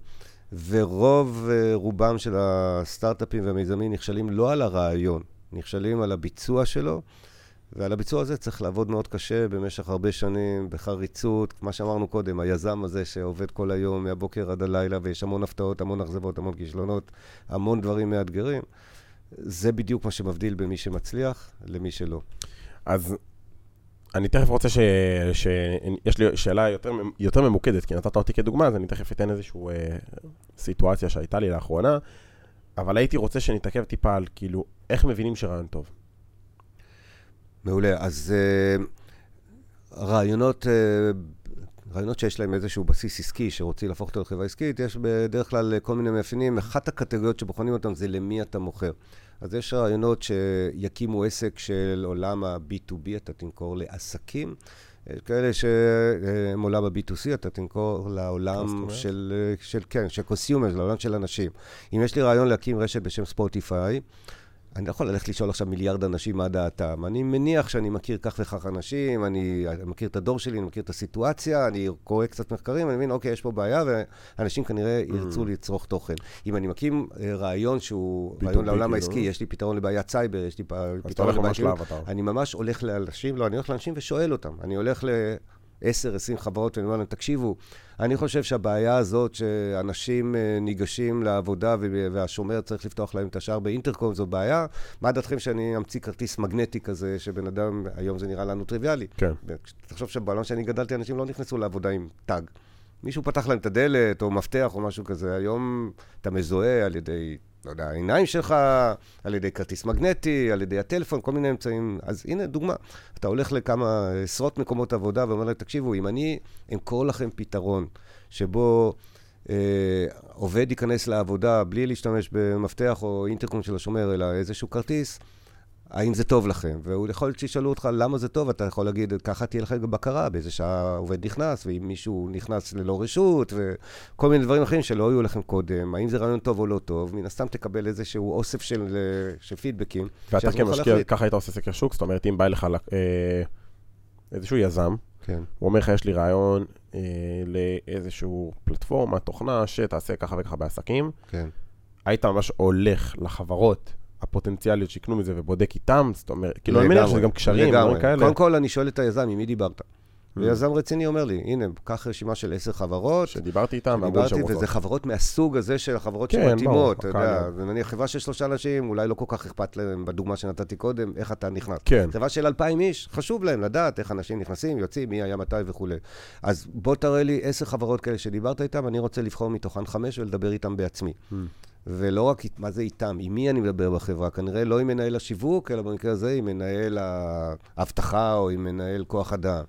B: ורוב רובם של הסטארט-אפים והמיזמים נכשלים לא על הרעיון, נכשלים על הביצוע שלו, ועל הביצוע הזה צריך לעבוד מאוד קשה במשך הרבה שנים, בחריצות, כמו שאמרנו קודם, היזם הזה שעובד כל היום מהבוקר עד הלילה, ויש המון הפתעות, המון אכזבות, המון כישלונות, המון דברים מאתגרים. זה בדיוק מה שמבדיל בין מי שמצליח למי שלא.
A: אז אני תכף רוצה ש... שיש לי שאלה יותר, יותר ממוקדת, כי נתת אותי כדוגמה, אז אני תכף אתן איזושהי אה, סיטואציה שהייתה לי לאחרונה, אבל הייתי רוצה שנתעכב טיפה על כאילו, איך מבינים שרעיון טוב?
B: מעולה. אז uh, רעיונות, uh, רעיונות שיש להם איזשהו בסיס עסקי שרוצים להפוך אותו לחברה עסקית, יש בדרך כלל כל מיני מאפיינים. אחת הקטגוריות שבוחנים אותם זה למי אתה מוכר. אז יש רעיונות שיקימו עסק של עולם ה-בי טו בי, אתה תמכור לעסקים. יש כאלה שהם עולם ה-בי טו סי, אתה תמכור לעולם של, של, כן, של קונסיומר, לעולם של אנשים. אם יש לי רעיון להקים רשת בשם ספוטיפיי, אני לא יכול ללכת לשאול עכשיו מיליארד אנשים מה דעתם. אני מניח שאני מכיר כך וכך אנשים, אני מכיר את הדור שלי, אני מכיר את הסיטואציה, אני קורא קצת מחקרים, אני מבין, אוקיי, יש פה בעיה, ואנשים כנראה ירצו לצרוך תוכן. אם אני מקים רעיון שהוא רעיון לעולם העסקי, יש לי פתרון לבעיית סייבר, יש לי פתרון לבעיית... אני ממש הולך לאנשים, לא, אני הולך לאנשים ושואל אותם. אני הולך ל... עשר, עשרים חברות, ואני אומר להם, תקשיבו, אני חושב שהבעיה הזאת שאנשים ניגשים לעבודה והשומר צריך לפתוח להם את השער באינטרקום, זו בעיה. מה דעתכם שאני אמציא כרטיס מגנטי כזה, שבן אדם, היום זה נראה לנו טריוויאלי.
A: כן.
B: תחשוב שבעולם שאני גדלתי, אנשים לא נכנסו לעבודה עם טאג. מישהו פתח להם את הדלת, או מפתח, או משהו כזה. היום אתה מזוהה על ידי לא יודע, העיניים שלך, על ידי כרטיס מגנטי, על ידי הטלפון, כל מיני אמצעים. אז הנה דוגמה, אתה הולך לכמה עשרות מקומות עבודה ואומר להם, תקשיבו, אם אני אמכור לכם פתרון שבו אה, עובד ייכנס לעבודה בלי להשתמש במפתח או אינטרקום של השומר, אלא איזשהו כרטיס, האם זה טוב לכם? והוא יכול שישאלו אותך למה זה טוב, אתה יכול להגיד, ככה תהיה לך בקרה, באיזה שעה עובד נכנס, ואם מישהו נכנס ללא רשות, וכל מיני דברים אחרים שלא היו לכם קודם, האם זה רעיון טוב או לא טוב, מן הסתם תקבל איזשהו אוסף של, של פידבקים.
A: ואתה כמשקיע, ככה היית עושה סקר שוק, זאת אומרת, אם בא לך אה, איזשהו יזם, כן. הוא אומר לך, יש לי רעיון אה, לאיזשהו פלטפורמה, תוכנה, שתעשה ככה וככה בעסקים, כן. היית ממש הולך לחברות, הפוטנציאליות שיקנו מזה ובודק איתם, זאת אומרת, כאילו אני מניח שזה גם קשרים, דברים כאלה.
B: קודם כל אני שואל את היזם, עם מי דיברת? ויזם רציני אומר לי, הנה, קח רשימה של עשר חברות.
A: שדיברתי איתם,
B: דיברתי, וזה חברות מהסוג הזה של החברות שמתאימות, אתה יודע, ונניח חברה של שלושה אנשים, אולי לא כל כך אכפת להם, בדוגמה שנתתי קודם, איך אתה נכנס. חברה של אלפיים איש, חשוב להם לדעת איך אנשים נכנסים, יוצאים, מי היה מתי וכו'. אז בוא תראה לי עשר חברות כאלה שדיברת איתם, אני רוצה לבחור מתוכן חמש ולדבר איתם בעצמי. ולא רק מה זה איתם, עם מי אני מדבר בחברה, כנראה לא עם מנהל השיווק, אלא במקרה הזה עם מנהל ההבטחה או עם מנהל כוח אדם.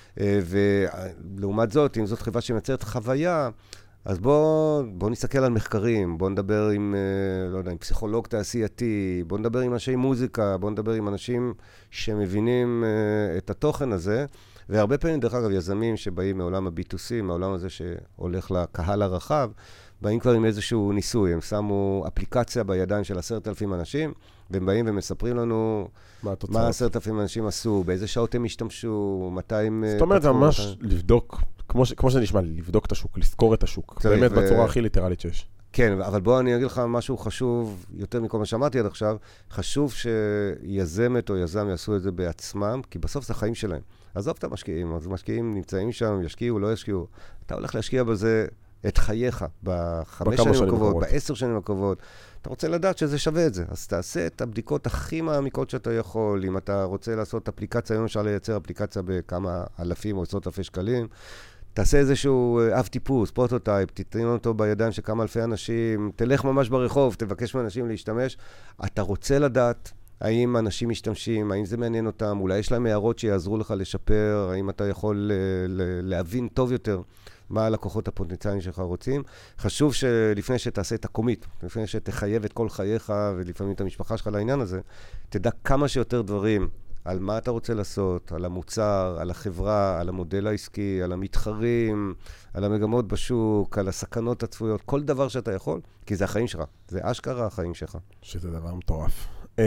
B: ולעומת זאת, אם זאת חברה שמייצרת חוויה, אז בוא, בוא נסתכל על מחקרים, בוא נדבר עם, לא יודע, עם פסיכולוג תעשייתי, בוא נדבר עם אנשי מוזיקה, בוא נדבר עם אנשים שמבינים את התוכן הזה, והרבה פעמים, דרך אגב, יזמים שבאים מעולם ה-בי טו סי, מהעולם הזה שהולך לקהל הרחב, באים כבר עם איזשהו ניסוי, הם שמו אפליקציה בידיים של עשרת אלפים אנשים, והם באים ומספרים לנו מה עשרת אלפים אנשים עשו, באיזה שעות הם השתמשו, מתי הם...
A: זאת אומרת, זה ממש לבדוק, כמו שזה נשמע לי, לבדוק את השוק, לזכור את השוק, באמת בצורה הכי ליטרלית שיש.
B: כן, אבל בוא אני אגיד לך משהו חשוב, יותר מכל מה שאמרתי עד עכשיו, חשוב שיזמת או יזם יעשו את זה בעצמם, כי בסוף זה החיים שלהם. עזוב את המשקיעים, אז המשקיעים נמצאים שם, ישקיעו, לא ישקיעו. אתה הולך להשקיע בזה את חייך, בחמש שנים הקרובות, בעשר שנים הקרובות. אתה רוצה לדעת שזה שווה את זה. אז תעשה את הבדיקות הכי מעמיקות שאתה יכול. אם אתה רוצה לעשות אפליקציה, היום אפשר לייצר אפליקציה בכמה אלפים או עשרות אלפי שקלים. תעשה איזשהו אב טיפוס, פרוטוטייפ, תתרין אותו בידיים של כמה אלפי אנשים, תלך ממש ברחוב, תבקש מאנשים להשתמש. אתה רוצה לדעת האם אנשים משתמשים, האם זה מעניין אותם, אולי יש להם הערות שיעזרו לך לשפר, האם אתה יכול להבין טוב יותר מה הלקוחות הפוטנציאליים שלך רוצים. חשוב שלפני שתעשה את הקומיט, לפני שתחייב את כל חייך ולפעמים את המשפחה שלך לעניין הזה, תדע כמה שיותר דברים על מה אתה רוצה לעשות, על המוצר, על החברה, על המודל העסקי, על המתחרים, על המגמות בשוק, על הסכנות הצפויות, כל דבר שאתה יכול, כי זה החיים שלך, זה אשכרה החיים שלך.
A: שזה דבר מטורף. אז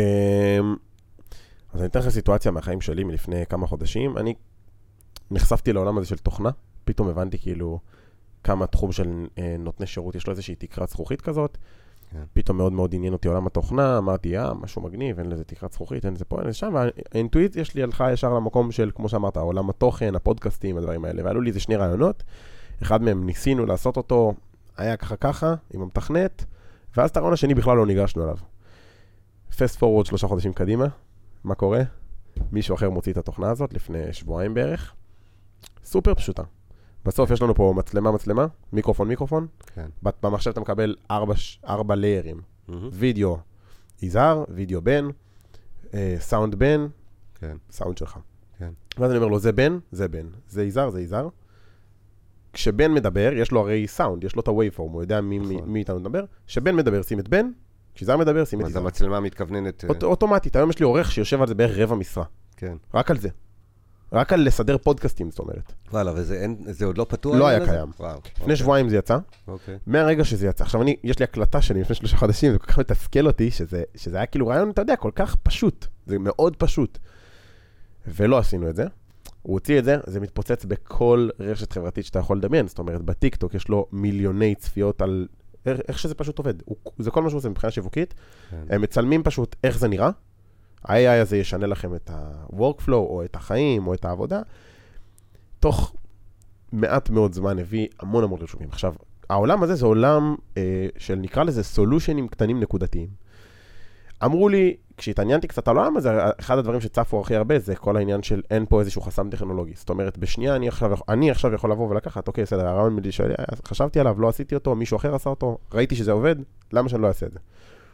A: אני אתן לך סיטואציה מהחיים שלי מלפני כמה חודשים. אני נחשפתי לעולם הזה של תוכנה, פתאום הבנתי כאילו כמה תחום של נותני שירות, יש לו איזושהי תקרת זכוכית כזאת, פתאום מאוד מאוד עניין אותי עולם התוכנה, אמרתי, אה, משהו מגניב, אין לזה תקרת זכוכית, אין לזה פה, אין לזה שם, והאינטואיציה שלי הלכה ישר למקום של, כמו שאמרת, עולם התוכן, הפודקאסטים, הדברים האלה, ועלו לי איזה שני רעיונות, אחד מהם ניסינו לעשות אותו, היה ככה ככה, עם המתכנת, ואז את הרעיון השני בכלל לא ניגשנו עליו. פסט פורוורד שלושה חודשים קדימה, מה קורה? מישהו אחר מוציא את התוכנה הזאת לפני שבועיים בערך, סופר פשוטה. בסוף יש לנו פה מצלמה, מצלמה, מיקרופון, מיקרופון. כן. במחשב אתה מקבל ארבע, ארבע ליירים. Mm-hmm. וידאו יזהר, וידאו בן, אה, סאונד בן, כן. סאונד שלך. כן. ואז אני אומר לו, זה בן, זה בן. זה יזהר, זה יזהר. כשבן מדבר, יש לו הרי סאונד, יש לו את הווייפורם, הוא יודע מי, מי, מי איתנו מדבר. כשבן מדבר, שים את בן, כשיזהר מדבר, שים את יזהר.
B: אז המצלמה מתכווננת...
A: אוט, אוטומטית, היום יש לי עורך שיושב על זה בערך רבע משרה. כן. רק על זה. רק על לסדר פודקאסטים, זאת אומרת.
B: וואלה, וזה אין, זה עוד לא פתוח?
A: לא היה קיים. וואו, לפני אוקיי. שבועיים זה יצא. אוקיי. מהרגע שזה יצא. עכשיו, אני, יש לי הקלטה שלי לפני שלושה חודשים, זה כל כך מתסכל אותי, שזה, שזה היה כאילו רעיון, אתה יודע, כל כך פשוט. זה מאוד פשוט. ולא עשינו את זה. הוא הוציא את זה, זה מתפוצץ בכל רשת חברתית שאתה יכול לדמיין. זאת אומרת, בטיקטוק יש לו מיליוני צפיות על איך שזה פשוט עובד. הוא, זה כל מה שהוא עושה מבחינה שיווקית. כן. הם מצלמים פשוט איך זה נראה. ה-איי איי הזה ישנה לכם את ה-workflow, או את החיים, או את העבודה. תוך מעט מאוד זמן הביא המון המון רשומים. עכשיו, העולם הזה זה עולם אה, של נקרא לזה סולושנים קטנים נקודתיים. אמרו לי, כשהתעניינתי קצת על העולם הזה, אחד הדברים שצפו הכי הרבה זה כל העניין של אין פה איזשהו חסם טכנולוגי. זאת אומרת, בשנייה אני עכשיו, אני עכשיו יכול לבוא ולקחת, אוקיי, בסדר, הרעיון שחשבתי עליו, לא עשיתי אותו, מישהו אחר עשה אותו, ראיתי שזה עובד, למה שאני לא אעשה את זה?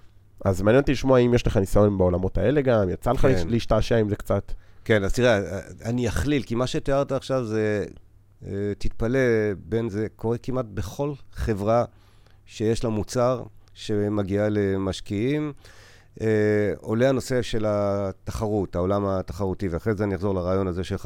A: אז מעניין אותי לשמוע אם יש לך ניסיון בעולמות האלה גם, יצא לך להשתעשע עם זה קצת.
B: כן, אז תראה, אני אכליל, כי מה שתיארת עכשיו זה, תתפלא בין זה, קורה כמעט בכל חברה שיש לה מוצר שמגיעה למשקיעים, עולה הנושא של התחרות, העולם התחרותי, ואחרי זה אני אחזור לרעיון הזה שלך.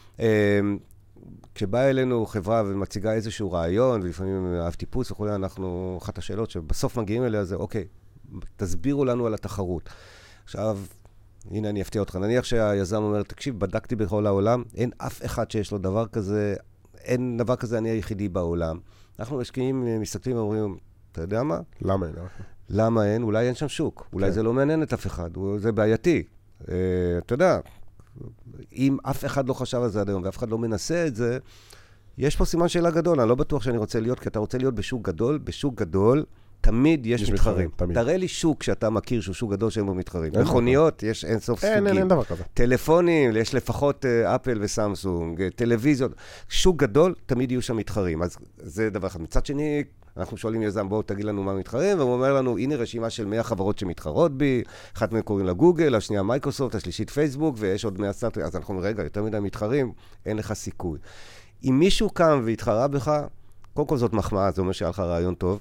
B: כשבאה אלינו חברה ומציגה איזשהו רעיון, ולפעמים אהב טיפוס וכו', אנחנו, אחת השאלות שבסוף מגיעים אליה זה, אוקיי, תסבירו לנו על התחרות. עכשיו, הנה אני אפתיע אותך. נניח שהיזם אומר, תקשיב, בדקתי בכל העולם, אין אף אחד שיש לו דבר כזה, אין דבר כזה, אני היחידי בעולם. אנחנו משקיעים, מסתכלים ואומרים, אתה יודע מה?
A: למה אין?
B: למה אין? אולי אין שם שוק. אולי זה לא מעניין את אף אחד. זה בעייתי. אתה יודע, אם אף אחד לא חשב על זה עד היום, ואף אחד לא מנסה את זה, יש פה סימן שאלה גדול. אני לא בטוח שאני רוצה להיות, כי אתה רוצה להיות בשוק גדול. בשוק גדול, תמיד יש, יש מתחרים. מתחרים תראה לי שוק שאתה מכיר שהוא שוק גדול שאין בו מתחרים. מכוניות, יש אין סוף
A: אין,
B: סוגים.
A: אין, אין דבר כזה.
B: טלפונים, יש לפחות uh, אפל וסמסונג, טלוויזיות. שוק גדול, תמיד יהיו שם מתחרים. אז זה דבר אחד. מצד שני, אנחנו שואלים יזם, בואו תגיד לנו מה מתחרים, והוא אומר לנו, הנה רשימה של מאה חברות שמתחרות בי, אחת מהם קוראים לה גוגל, השנייה מייקרוסופט, השלישית פייסבוק, ויש עוד מאה סטארט-אפים. אז אנחנו אומרים, רגע, יותר מדי מתחרים, אין לך סיכוי. אם מישהו קם והתחרה בך, קודם כל זאת מחמאה, זה אומר שהיה לך רעיון טוב.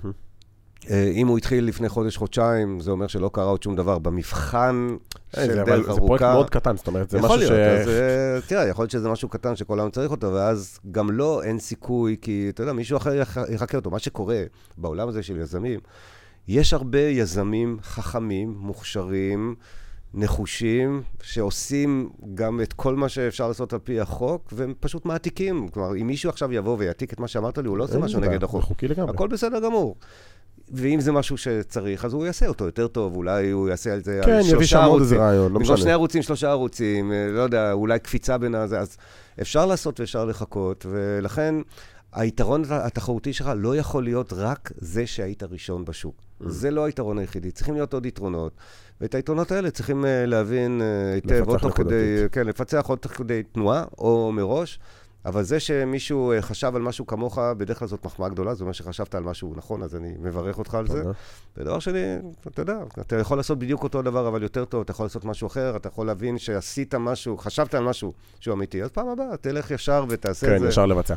B: אם הוא התחיל לפני חודש, חודשיים, זה אומר שלא קרה עוד שום דבר. במבחן של דרך ארוכה...
A: זה פרויקט מאוד קטן, זאת אומרת, זה משהו ש...
B: יכול להיות, אז תראה, יכול להיות שזה משהו קטן שכל העם צריך אותו, ואז גם לא, אין סיכוי, כי אתה יודע, מישהו אחר יחכה אותו. מה שקורה בעולם הזה של יזמים, יש הרבה יזמים חכמים, מוכשרים, נחושים, שעושים גם את כל מה שאפשר לעשות על פי החוק, והם פשוט מעתיקים. כלומר, אם מישהו עכשיו יבוא ויעתיק את מה שאמרת לי, הוא לא עושה משהו נגד החוק. הכל בסדר גמור. ואם זה משהו שצריך, אז הוא יעשה אותו יותר טוב, אולי הוא יעשה על זה
A: כן, על שלושה ערוצים. רעיון, לא
B: במקום שני ערוצים, שלושה ערוצים, לא יודע, אולי קפיצה בין הזה, אז אפשר לעשות ואפשר לחכות, ולכן היתרון התחרותי שלך לא יכול להיות רק זה שהיית ראשון בשוק. זה לא היתרון היחידי, צריכים להיות עוד יתרונות, ואת היתרונות האלה צריכים להבין היטב, עוד תוך כדי, כן, לפצח עוד תוך כדי תנועה, או מראש, אבל זה שמישהו חשב על משהו כמוך, בדרך כלל זאת מחמאה גדולה, זאת אומרת שחשבת על משהו נכון, אז אני מברך אותך על זה. ודבר שני, אתה יודע, אתה יכול לעשות בדיוק אותו דבר, אבל יותר טוב, אתה יכול לעשות משהו אחר, אתה יכול להבין שעשית משהו, חשבת על משהו שהוא אמיתי, אז פעם הבאה, תלך ישר ותעשה את זה.
A: כן, ישר לבצע.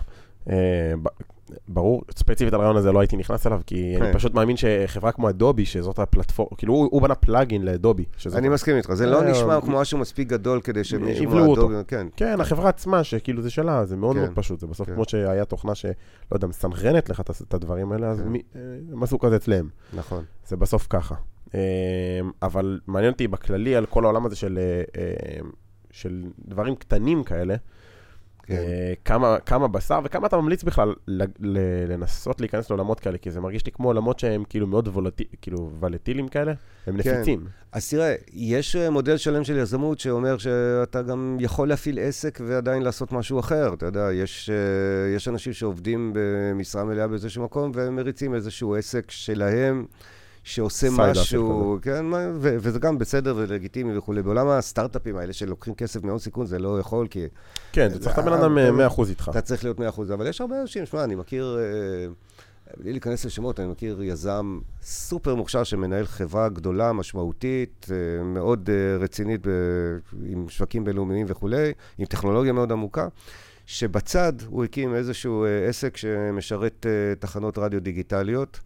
A: ברור, ספציפית על הרעיון הזה לא הייתי נכנס אליו, כי אני פשוט מאמין שחברה כמו אדובי, שזאת הפלטפורמה, כאילו הוא בנה פלאגין לאדובי.
B: אני מסכים איתך, זה לא נשמע כמו משהו מספיק גדול כדי שמישהו כמו אדובי, כן.
A: כן, החברה עצמה, שכאילו זה שלה, זה מאוד מאוד פשוט, זה בסוף כמו שהיה תוכנה שלא יודע, מסנכרנת לך את הדברים האלה, אז הם עשו כזה אצלם.
B: נכון.
A: זה בסוף ככה. אבל מעניין אותי בכללי על כל העולם הזה של דברים קטנים כאלה, כמה, כמה בשר, וכמה אתה ממליץ בכלל לנסות להיכנס לעולמות כאלה, כי זה מרגיש לי כמו עולמות שהם כאילו מאוד כאילו ולטילים כאלה, הם נפיצים.
B: אז תראה, יש מודל שלם של יזמות שאומר שאתה גם יכול להפעיל עסק ועדיין לעשות משהו אחר. אתה יודע, יש, יש אנשים שעובדים במשרה מלאה באיזשהו מקום, והם מריצים איזשהו עסק שלהם, שעושה משהו, כן, ו- וזה גם בסדר ולגיטימי וכו'. בעולם הסטארט-אפים האלה שלוקחים כסף מאוד סיכון, זה לא יכול, כי...
A: כן, אתה צריך לבן אדם מאה אחוז איתך.
B: אתה צריך להיות מאה אחוז, אבל יש הרבה אנשים, שמע, אני מכיר, בלי להיכנס לשמות, אני מכיר יזם סופר מוכשר שמנהל חברה גדולה, משמעותית, מאוד רצינית, עם שווקים בינלאומיים וכו', עם טכנולוגיה מאוד עמוקה, שבצד הוא הקים איזשהו עסק שמשרת תחנות רדיו דיגיטליות,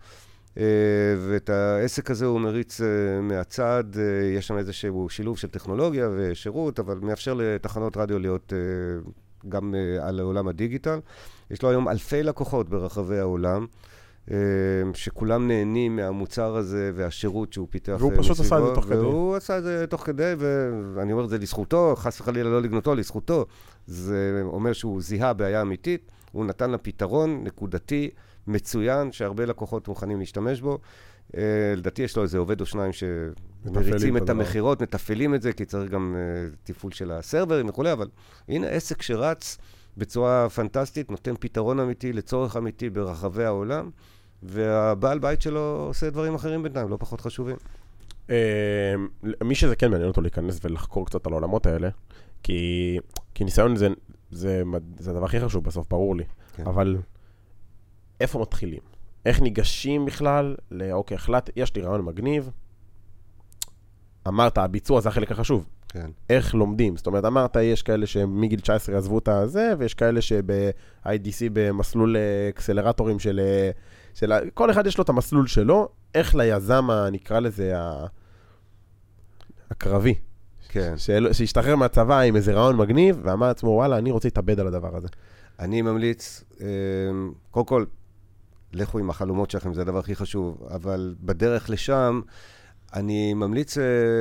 B: ואת העסק הזה הוא מריץ מהצד, יש שם איזשהו שילוב של טכנולוגיה ושירות, אבל מאפשר לתחנות רדיו להיות גם על העולם הדיגיטל. יש לו היום אלפי לקוחות ברחבי העולם, שכולם נהנים מהמוצר הזה והשירות שהוא פיתח
A: מסביבו. והוא פשוט עשה את זה תוך כדי.
B: והוא עשה את זה תוך כדי, ואני אומר את זה לזכותו, חס וחלילה לא לגנותו, לזכותו. זה אומר שהוא זיהה בעיה אמיתית, הוא נתן לה פתרון נקודתי, מצוין, שהרבה לקוחות מוכנים להשתמש בו. לדעתי יש לו איזה עובד או שניים שמריצים את המחירות, מתפעלים את זה, כי צריך גם טיפול של הסרברים וכו', אבל הנה עסק שרץ בצורה פנטסטית, נותן פתרון אמיתי לצורך אמיתי ברחבי העולם, והבעל בית שלו עושה דברים אחרים בינתיים, לא פחות חשובים.
A: מי שזה כן מעניין אותו להיכנס ולחקור קצת על העולמות האלה, כי ניסיון זה הדבר הכי חשוב בסוף, ברור לי. אבל איפה מתחילים? איך ניגשים בכלל? אוקיי, החלט, יש לי רעיון מגניב, אמרת, הביצוע זה החלק החשוב.
B: כן.
A: איך לומדים? זאת אומרת, אמרת, יש כאלה שמגיל תשע עשרה עזבו את הזה, ויש כאלה שב-איי די סי במסלול אקסלרטורים של, של... כל אחד יש לו את המסלול שלו, איך ליזם, נקרא לזה, הקרבי.
B: כן.
A: שישתחרר מהצבא עם איזה רעיון מגניב, ואמר לעצמו, וואלה, אני רוצה להתאבד על הדבר הזה.
B: אני ממליץ, קודם כל, לכו עם החלומות שלכם, זה הדבר הכי חשוב, אבל בדרך לשם, אני ממליץ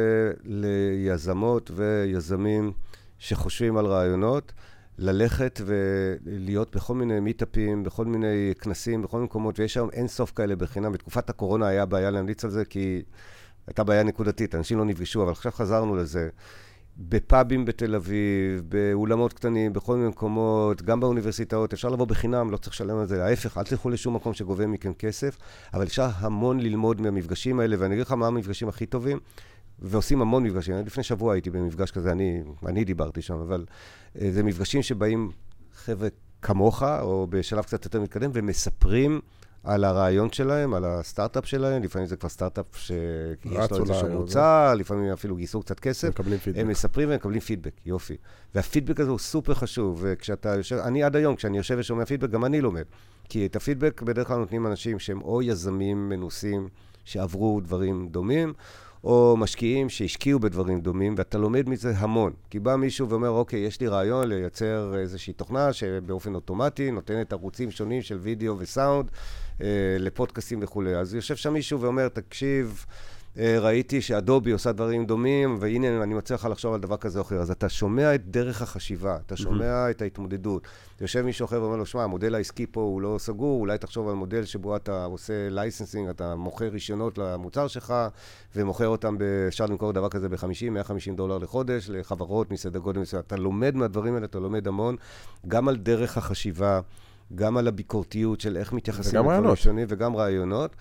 B: ליזמות ויזמים שחושבים על רעיונות, ללכת ולהיות בכל מיני מיטאפים, בכל מיני כנסים, בכל מיני מקומות, ויש שם אין סוף כאלה בחינם. בתקופת הקורונה היה בעיה להמליץ על זה, כי הייתה בעיה נקודתית, אנשים לא נפגשו, אבל עכשיו חזרנו לזה. בפאבים בתל אביב, באולמות קטנים, בכל מיני מקומות, גם באוניברסיטאות, אפשר לבוא בחינם, לא צריך לשלם על זה, ההפך, אל תלכו לשום מקום שגובה מכם כסף, אבל אפשר המון ללמוד מהמפגשים האלה, ואני אגיד לך מה המפגשים הכי טובים, ועושים המון מפגשים. לפני שבוע הייתי במפגש כזה, אני, אני דיברתי שם, אבל זה מפגשים שבאים חבר'ה כמוך, או בשלב קצת יותר מתקדם, ומספרים על הרעיון שלהם, על הסטארט-אפ שלהם, לפעמים זה כבר סטארט-אפ שיש לו איזשהו מוצא, לפעמים אפילו גייסו קצת כסף, הם מספרים ומקבלים פידבק, יופי. והפידבק הזה הוא סופר חשוב, וכשאתה יושב, אני עד היום, כשאני יושב ושומע פידבק, גם אני לומד. כי את הפידבק בדרך כלל נותנים אנשים שהם או יזמים מנוסים, שעברו דברים דומים, או משקיעים שהשקיעו בדברים דומים, ואתה לומד מזה המון. כי בא מישהו ואומר, אוקיי, יש לי רעיון לייצר איזושהי תוכנה שבאופן אוטומטי נותנת ערוצים שונים של וידאו וסאונד, אה, לפודקאסטים וכו'. אז יושב שם מישהו ואומר, תקשיב, אה, ראיתי שאדובי עושה דברים דומים, והנה אני מצליח לחשוב על דבר כזה או אחר. אז אתה שומע את דרך החשיבה, אתה שומע mm-hmm. את ההתמודדות. יושב מישהו אחר ואומר לו, שמע, המודל העסקי פה הוא לא סגור, אולי תחשוב על מודל שבו אתה עושה לייסנסינג, אתה מוכר רישיונות למוצר שלך, ומוכר אותם, אפשר למכור דבר כזה ב-חמישים מאה וחמישים דולר לחודש, לחברות מסדר גודל מסוים. אתה לומד מהדברים האלה, אתה לומד המון, גם על דרך החשיבה, גם על הביקורתיות של איך מתייחסים לדברים שונים, וגם רעיונות.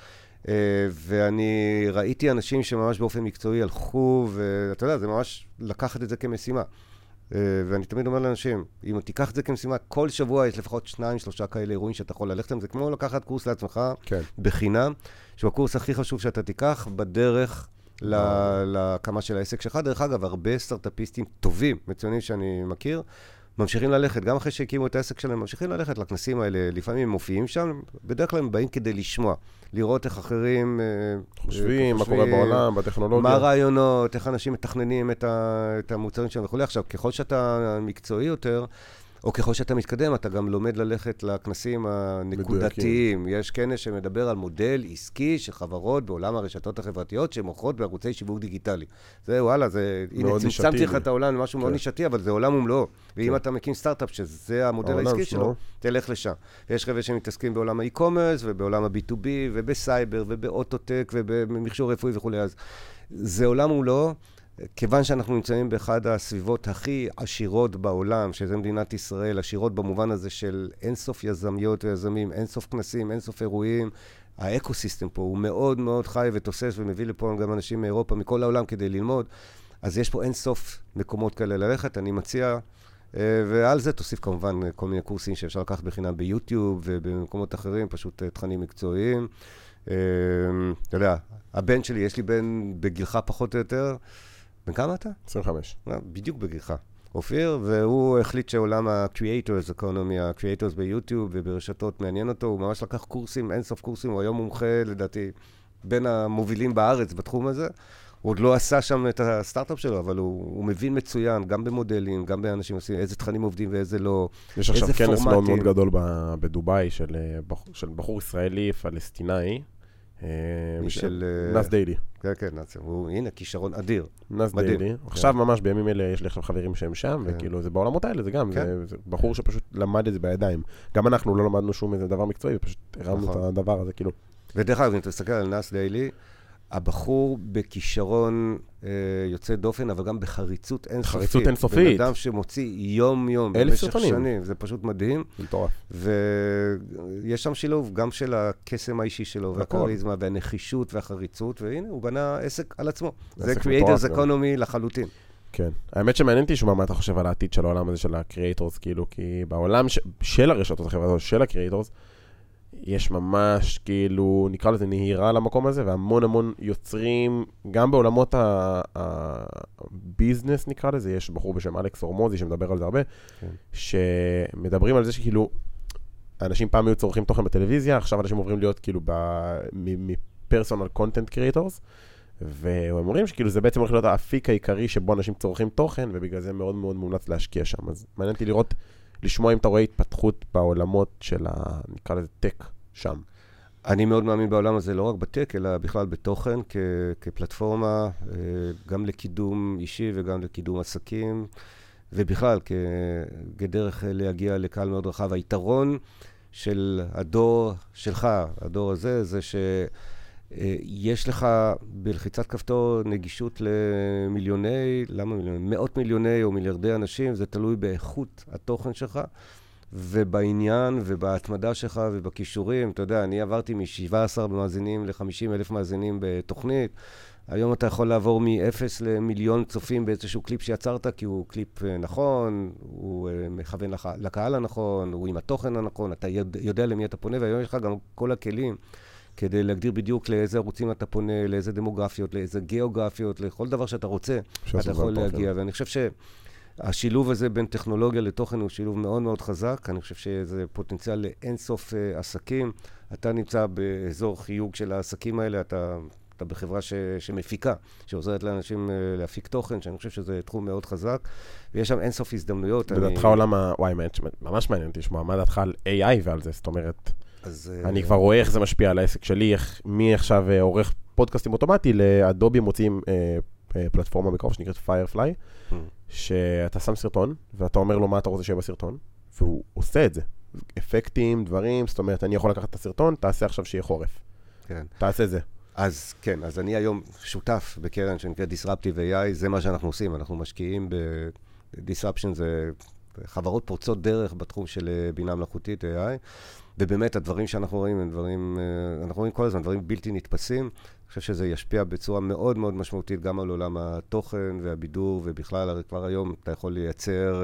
B: ואני ראיתי אנשים שממש באופן מקצועי הלכו, ואתה יודע, זה ממש לקחת את זה כמשימה. ואני תמיד אומר לאנשים, אם תיקח את זה כמשימה, כל שבוע יש לפחות שניים, שלושה כאלה אירועים שאתה יכול ללכת להם, זה כמו לקחת קורס לעצמך כן. בחינם, שהוא הקורס הכי חשוב שאתה תיקח בדרך להקמה של העסק שלך. דרך אגב, הרבה סטארט-אפיסטים טובים, מצוינים שאני מכיר, ממשיכים ללכת, גם אחרי שהקימו את העסק שלהם, ממשיכים ללכת לכנסים האלה, לפעמים הם מופיעים שם, בדרך כלל הם באים כדי לשמוע, לראות איך אחרים
A: חושבים, מה קורה בעולם, בטכנולוגיה.
B: מה הרעיונות, איך אנשים מתכננים את המוצרים שלהם וכו'. עכשיו, ככל שאתה מקצועי יותר, או ככל שאתה מתקדם, אתה גם לומד ללכת לכנסים הנקודתיים. יש כנס שמדבר על מודל עסקי של חברות בעולם הרשתות החברתיות שמוכרות בערוצי שיווק דיגיטלי. זה וואלה, זה, הנה, צמצמתי לך את העולם למשהו מאוד נישתי, אבל זה עולם ומלואו. ואם אתה מקים סטארט-אפ שזה המודל העסקי שלו, תלך לשם. יש חבר'ה שמתעסקים בעולם האי-קומרס ובעולם ה-בי טו בי ובסייבר ובאוטוטק ובמכשור רפואי וכו'. אז זה עולם ומלואו. כיוון שאנחנו נמצאים באחד הסביבות הכי עשירות בעולם, שזה מדינת ישראל, עשירות במובן הזה של אינסוף יזמיות ויזמים, אינסוף כנסים, אינסוף אירועים, האקוסיסטם פה הוא מאוד מאוד חי ותוסס ומביא לפה גם אנשים מאירופה, מכל העולם כדי ללמוד, אז יש פה אינסוף מקומות כאלה ללכת, אני מציע, ועל זה תוסיף כמובן כל מיני קורסים שאפשר לקחת בחינם ביוטיוב ובמקומות אחרים, פשוט תכנים מקצועיים. אתה יודע, הבן שלי, יש לי בן בגילך פחות או יותר, בן כמה אתה?
A: עשרים וחמש.
B: בדיוק בגילך. אופיר, והוא החליט שעולם ה-Creators Economy, ה-Creators ביוטיוב וברשתות מעניין אותו, הוא ממש לקח קורסים, אינסוף קורסים, הוא היום מומחה, לדעתי, בין המובילים בארץ בתחום הזה. הוא עוד לא עשה שם את הסטארט-אפ שלו, אבל הוא, הוא מבין מצוין, גם במודלים, גם באנשים עושים, איזה תכנים עובדים ואיזה לא,
A: יש עכשיו כנס מאוד מאוד גדול בדוביי של, של בחור ישראלי פלסטינאי,
B: של
A: נאס דיילי.
B: כן, כן, נאס, הוא, הנה, כישרון אדיר.
A: נאס דיילי. עכשיו ממש בימים אלה יש לי עכשיו חברים שהם שם, וכאילו זה בעולמות האלה, זה גם, זה בחור שפשוט למד את זה בידיים. גם אנחנו לא למדנו שום איזה דבר מקצועי, ופשוט הרמנו את הדבר הזה, כאילו.
B: ודרך אגב, אם אתה מסתכל על נאס דיילי, הבחור בכישרון אה, יוצא דופן, אבל גם בחריצות אינסופית.
A: חריצות אינסופית.
B: בן אדם שמוציא יום-יום במשך שנים. זה פשוט מדהים.
A: מטורף.
B: ויש שם שילוב גם של הקסם האישי שלו, והקריזמה, והנחישות והחריצות, והנה, הוא בנה עסק על עצמו. זה Creators Economy לחלוטין.
A: כן. האמת שמעניין אותי שמה, מה אתה חושב על העתיד של העולם הזה של ה-Creators, כאילו, כי בעולם ש... של הרשתות החברתיות, של ה-Creators, יש ממש כאילו, נקרא לזה נהירה למקום הזה, והמון המון יוצרים, גם בעולמות הביזנס נקרא לזה, יש בחור בשם אלכס אורמוזי שמדבר על זה הרבה, כן. שמדברים על זה שכאילו, אנשים פעם היו צורכים תוכן בטלוויזיה, עכשיו אנשים עוברים להיות כאילו מפרסונל קונטנט קריאטורס, והם אומרים שכאילו זה בעצם הולך להיות האפיק העיקרי שבו אנשים צורכים תוכן, ובגלל זה מאוד מאוד מומלץ להשקיע שם. אז מעניין אותי לראות, לשמוע אם אתה רואה התפתחות בעולמות של ה... נקרא לזה טק שם.
B: אני מאוד מאמין בעולם הזה, לא רק בטק, אלא בכלל בתוכן, כ- כפלטפורמה, גם לקידום אישי וגם לקידום עסקים, ובכלל, כ- כדרך להגיע לקהל מאוד רחב. היתרון של הדור שלך, הדור הזה, זה ש... יש לך בלחיצת כפתור נגישות למיליוני, למה מיליוני? מאות מיליוני או מיליארדי אנשים, זה תלוי באיכות התוכן שלך, ובעניין ובהתמדה שלך ובכישורים. אתה יודע, אני עברתי מ-שבעה עשר מאזינים ל-חמישים אלף מאזינים בתוכנית. היום אתה יכול לעבור מ-אפס למיליון צופים באיזשהו קליפ שיצרת, כי הוא קליפ נכון, הוא מכוון לקהל הנכון, הוא עם התוכן הנכון, אתה יודע למי אתה פונה, והיום יש לך גם כל הכלים. כדי להגדיר בדיוק לאיזה ערוצים אתה פונה, לאיזה דמוגרפיות, לאיזה גיאוגרפיות, לכל דבר שאתה רוצה, אתה יכול להגיע. ואני חושב שהשילוב הזה בין טכנולוגיה לתוכן הוא שילוב מאוד מאוד חזק. אני חושב שזה פוטנציאל לאינסוף עסקים. אתה נמצא באזור חיוג של העסקים האלה, אתה, אתה בחברה ש, שמפיקה, שעוזרת לאנשים להפיק תוכן, שאני חושב שזה תחום מאוד חזק, ויש שם אינסוף הזדמנויות.
A: בדעתך אני... עולם ה... וואי, ממש מעניין תשמע, מה דעתך על איי איי ועל זה? זאת אומרת... אז, אני כבר רואה איך זה משפיע על העסק שלי, איך, מי עכשיו עורך פודקאסטים אוטומטי, לאדובי מוצאים אה, אה, פלטפורמה בקרוב שנקראת פיירפליי, mm. שאתה שם סרטון, ואתה אומר לו מה אתה רוצה שיהיה בסרטון, והוא עושה את זה. אפקטים, דברים, זאת אומרת, אני יכול לקחת את הסרטון, תעשה עכשיו שיהיה חורף. כן. תעשה זה.
B: אז כן, אז אני היום שותף בקרן שנקראת Disruptive איי איי, זה מה שאנחנו עושים, אנחנו משקיעים ב-Disruption, זה חברות פורצות דרך בתחום של בינה מלאכותית איי איי, ובאמת הדברים שאנחנו רואים הם דברים, אנחנו רואים כל הזמן, דברים בלתי נתפסים. אני חושב שזה ישפיע בצורה מאוד מאוד משמעותית גם על עולם התוכן והבידור, ובכלל, הרי כבר היום אתה יכול לייצר,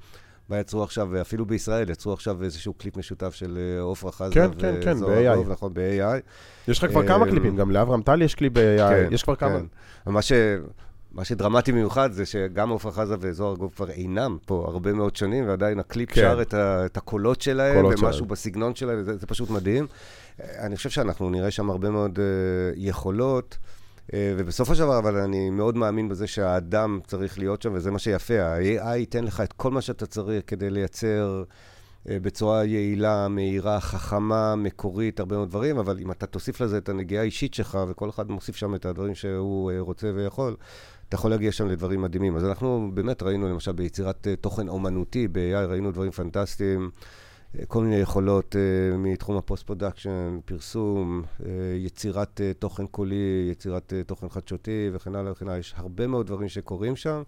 B: מה יצרו עכשיו, ואפילו בישראל, יצרו עכשיו איזשהו קליפ משותף של עופרה חזה.
A: כן, כן, כן, ב-איי איי.
B: נכון, ב-איי איי.
A: יש לך כבר כמה קליפים, גם לאברהם טל יש קליפ ב-איי איי, יש כבר כמה.
B: מה ש... מה שדרמטי מיוחד זה שגם עופרה חזה וזוהר ארגוב כבר אינם פה הרבה מאוד שנים, ועדיין הקליפ כן. שר את, ה, את הקולות שלהם, ומשהו שלהם. בסגנון שלהם, זה, זה פשוט מדהים. אני חושב שאנחנו נראה שם הרבה מאוד uh, יכולות, uh, ובסופו של דבר, אבל אני מאוד מאמין בזה שהאדם צריך להיות שם, וזה מה שיפה. ה-איי איי ייתן לך את כל מה שאתה צריך כדי לייצר uh, בצורה יעילה, מהירה, חכמה, מקורית, הרבה מאוד דברים, אבל אם אתה תוסיף לזה את הנגיעה האישית שלך, וכל אחד מוסיף שם את הדברים שהוא uh, רוצה ויכול, אתה יכול להגיע שם לדברים מדהימים. אז אנחנו באמת ראינו, למשל, ביצירת תוכן אומנותי, ב-איי איי ראינו דברים פנטסטיים, כל מיני יכולות מתחום הפוסט-פרודקשן, פרסום, יצירת תוכן קולי, יצירת תוכן חדשותי וכן הלאה וכן הלאה. יש הרבה מאוד דברים שקורים שם.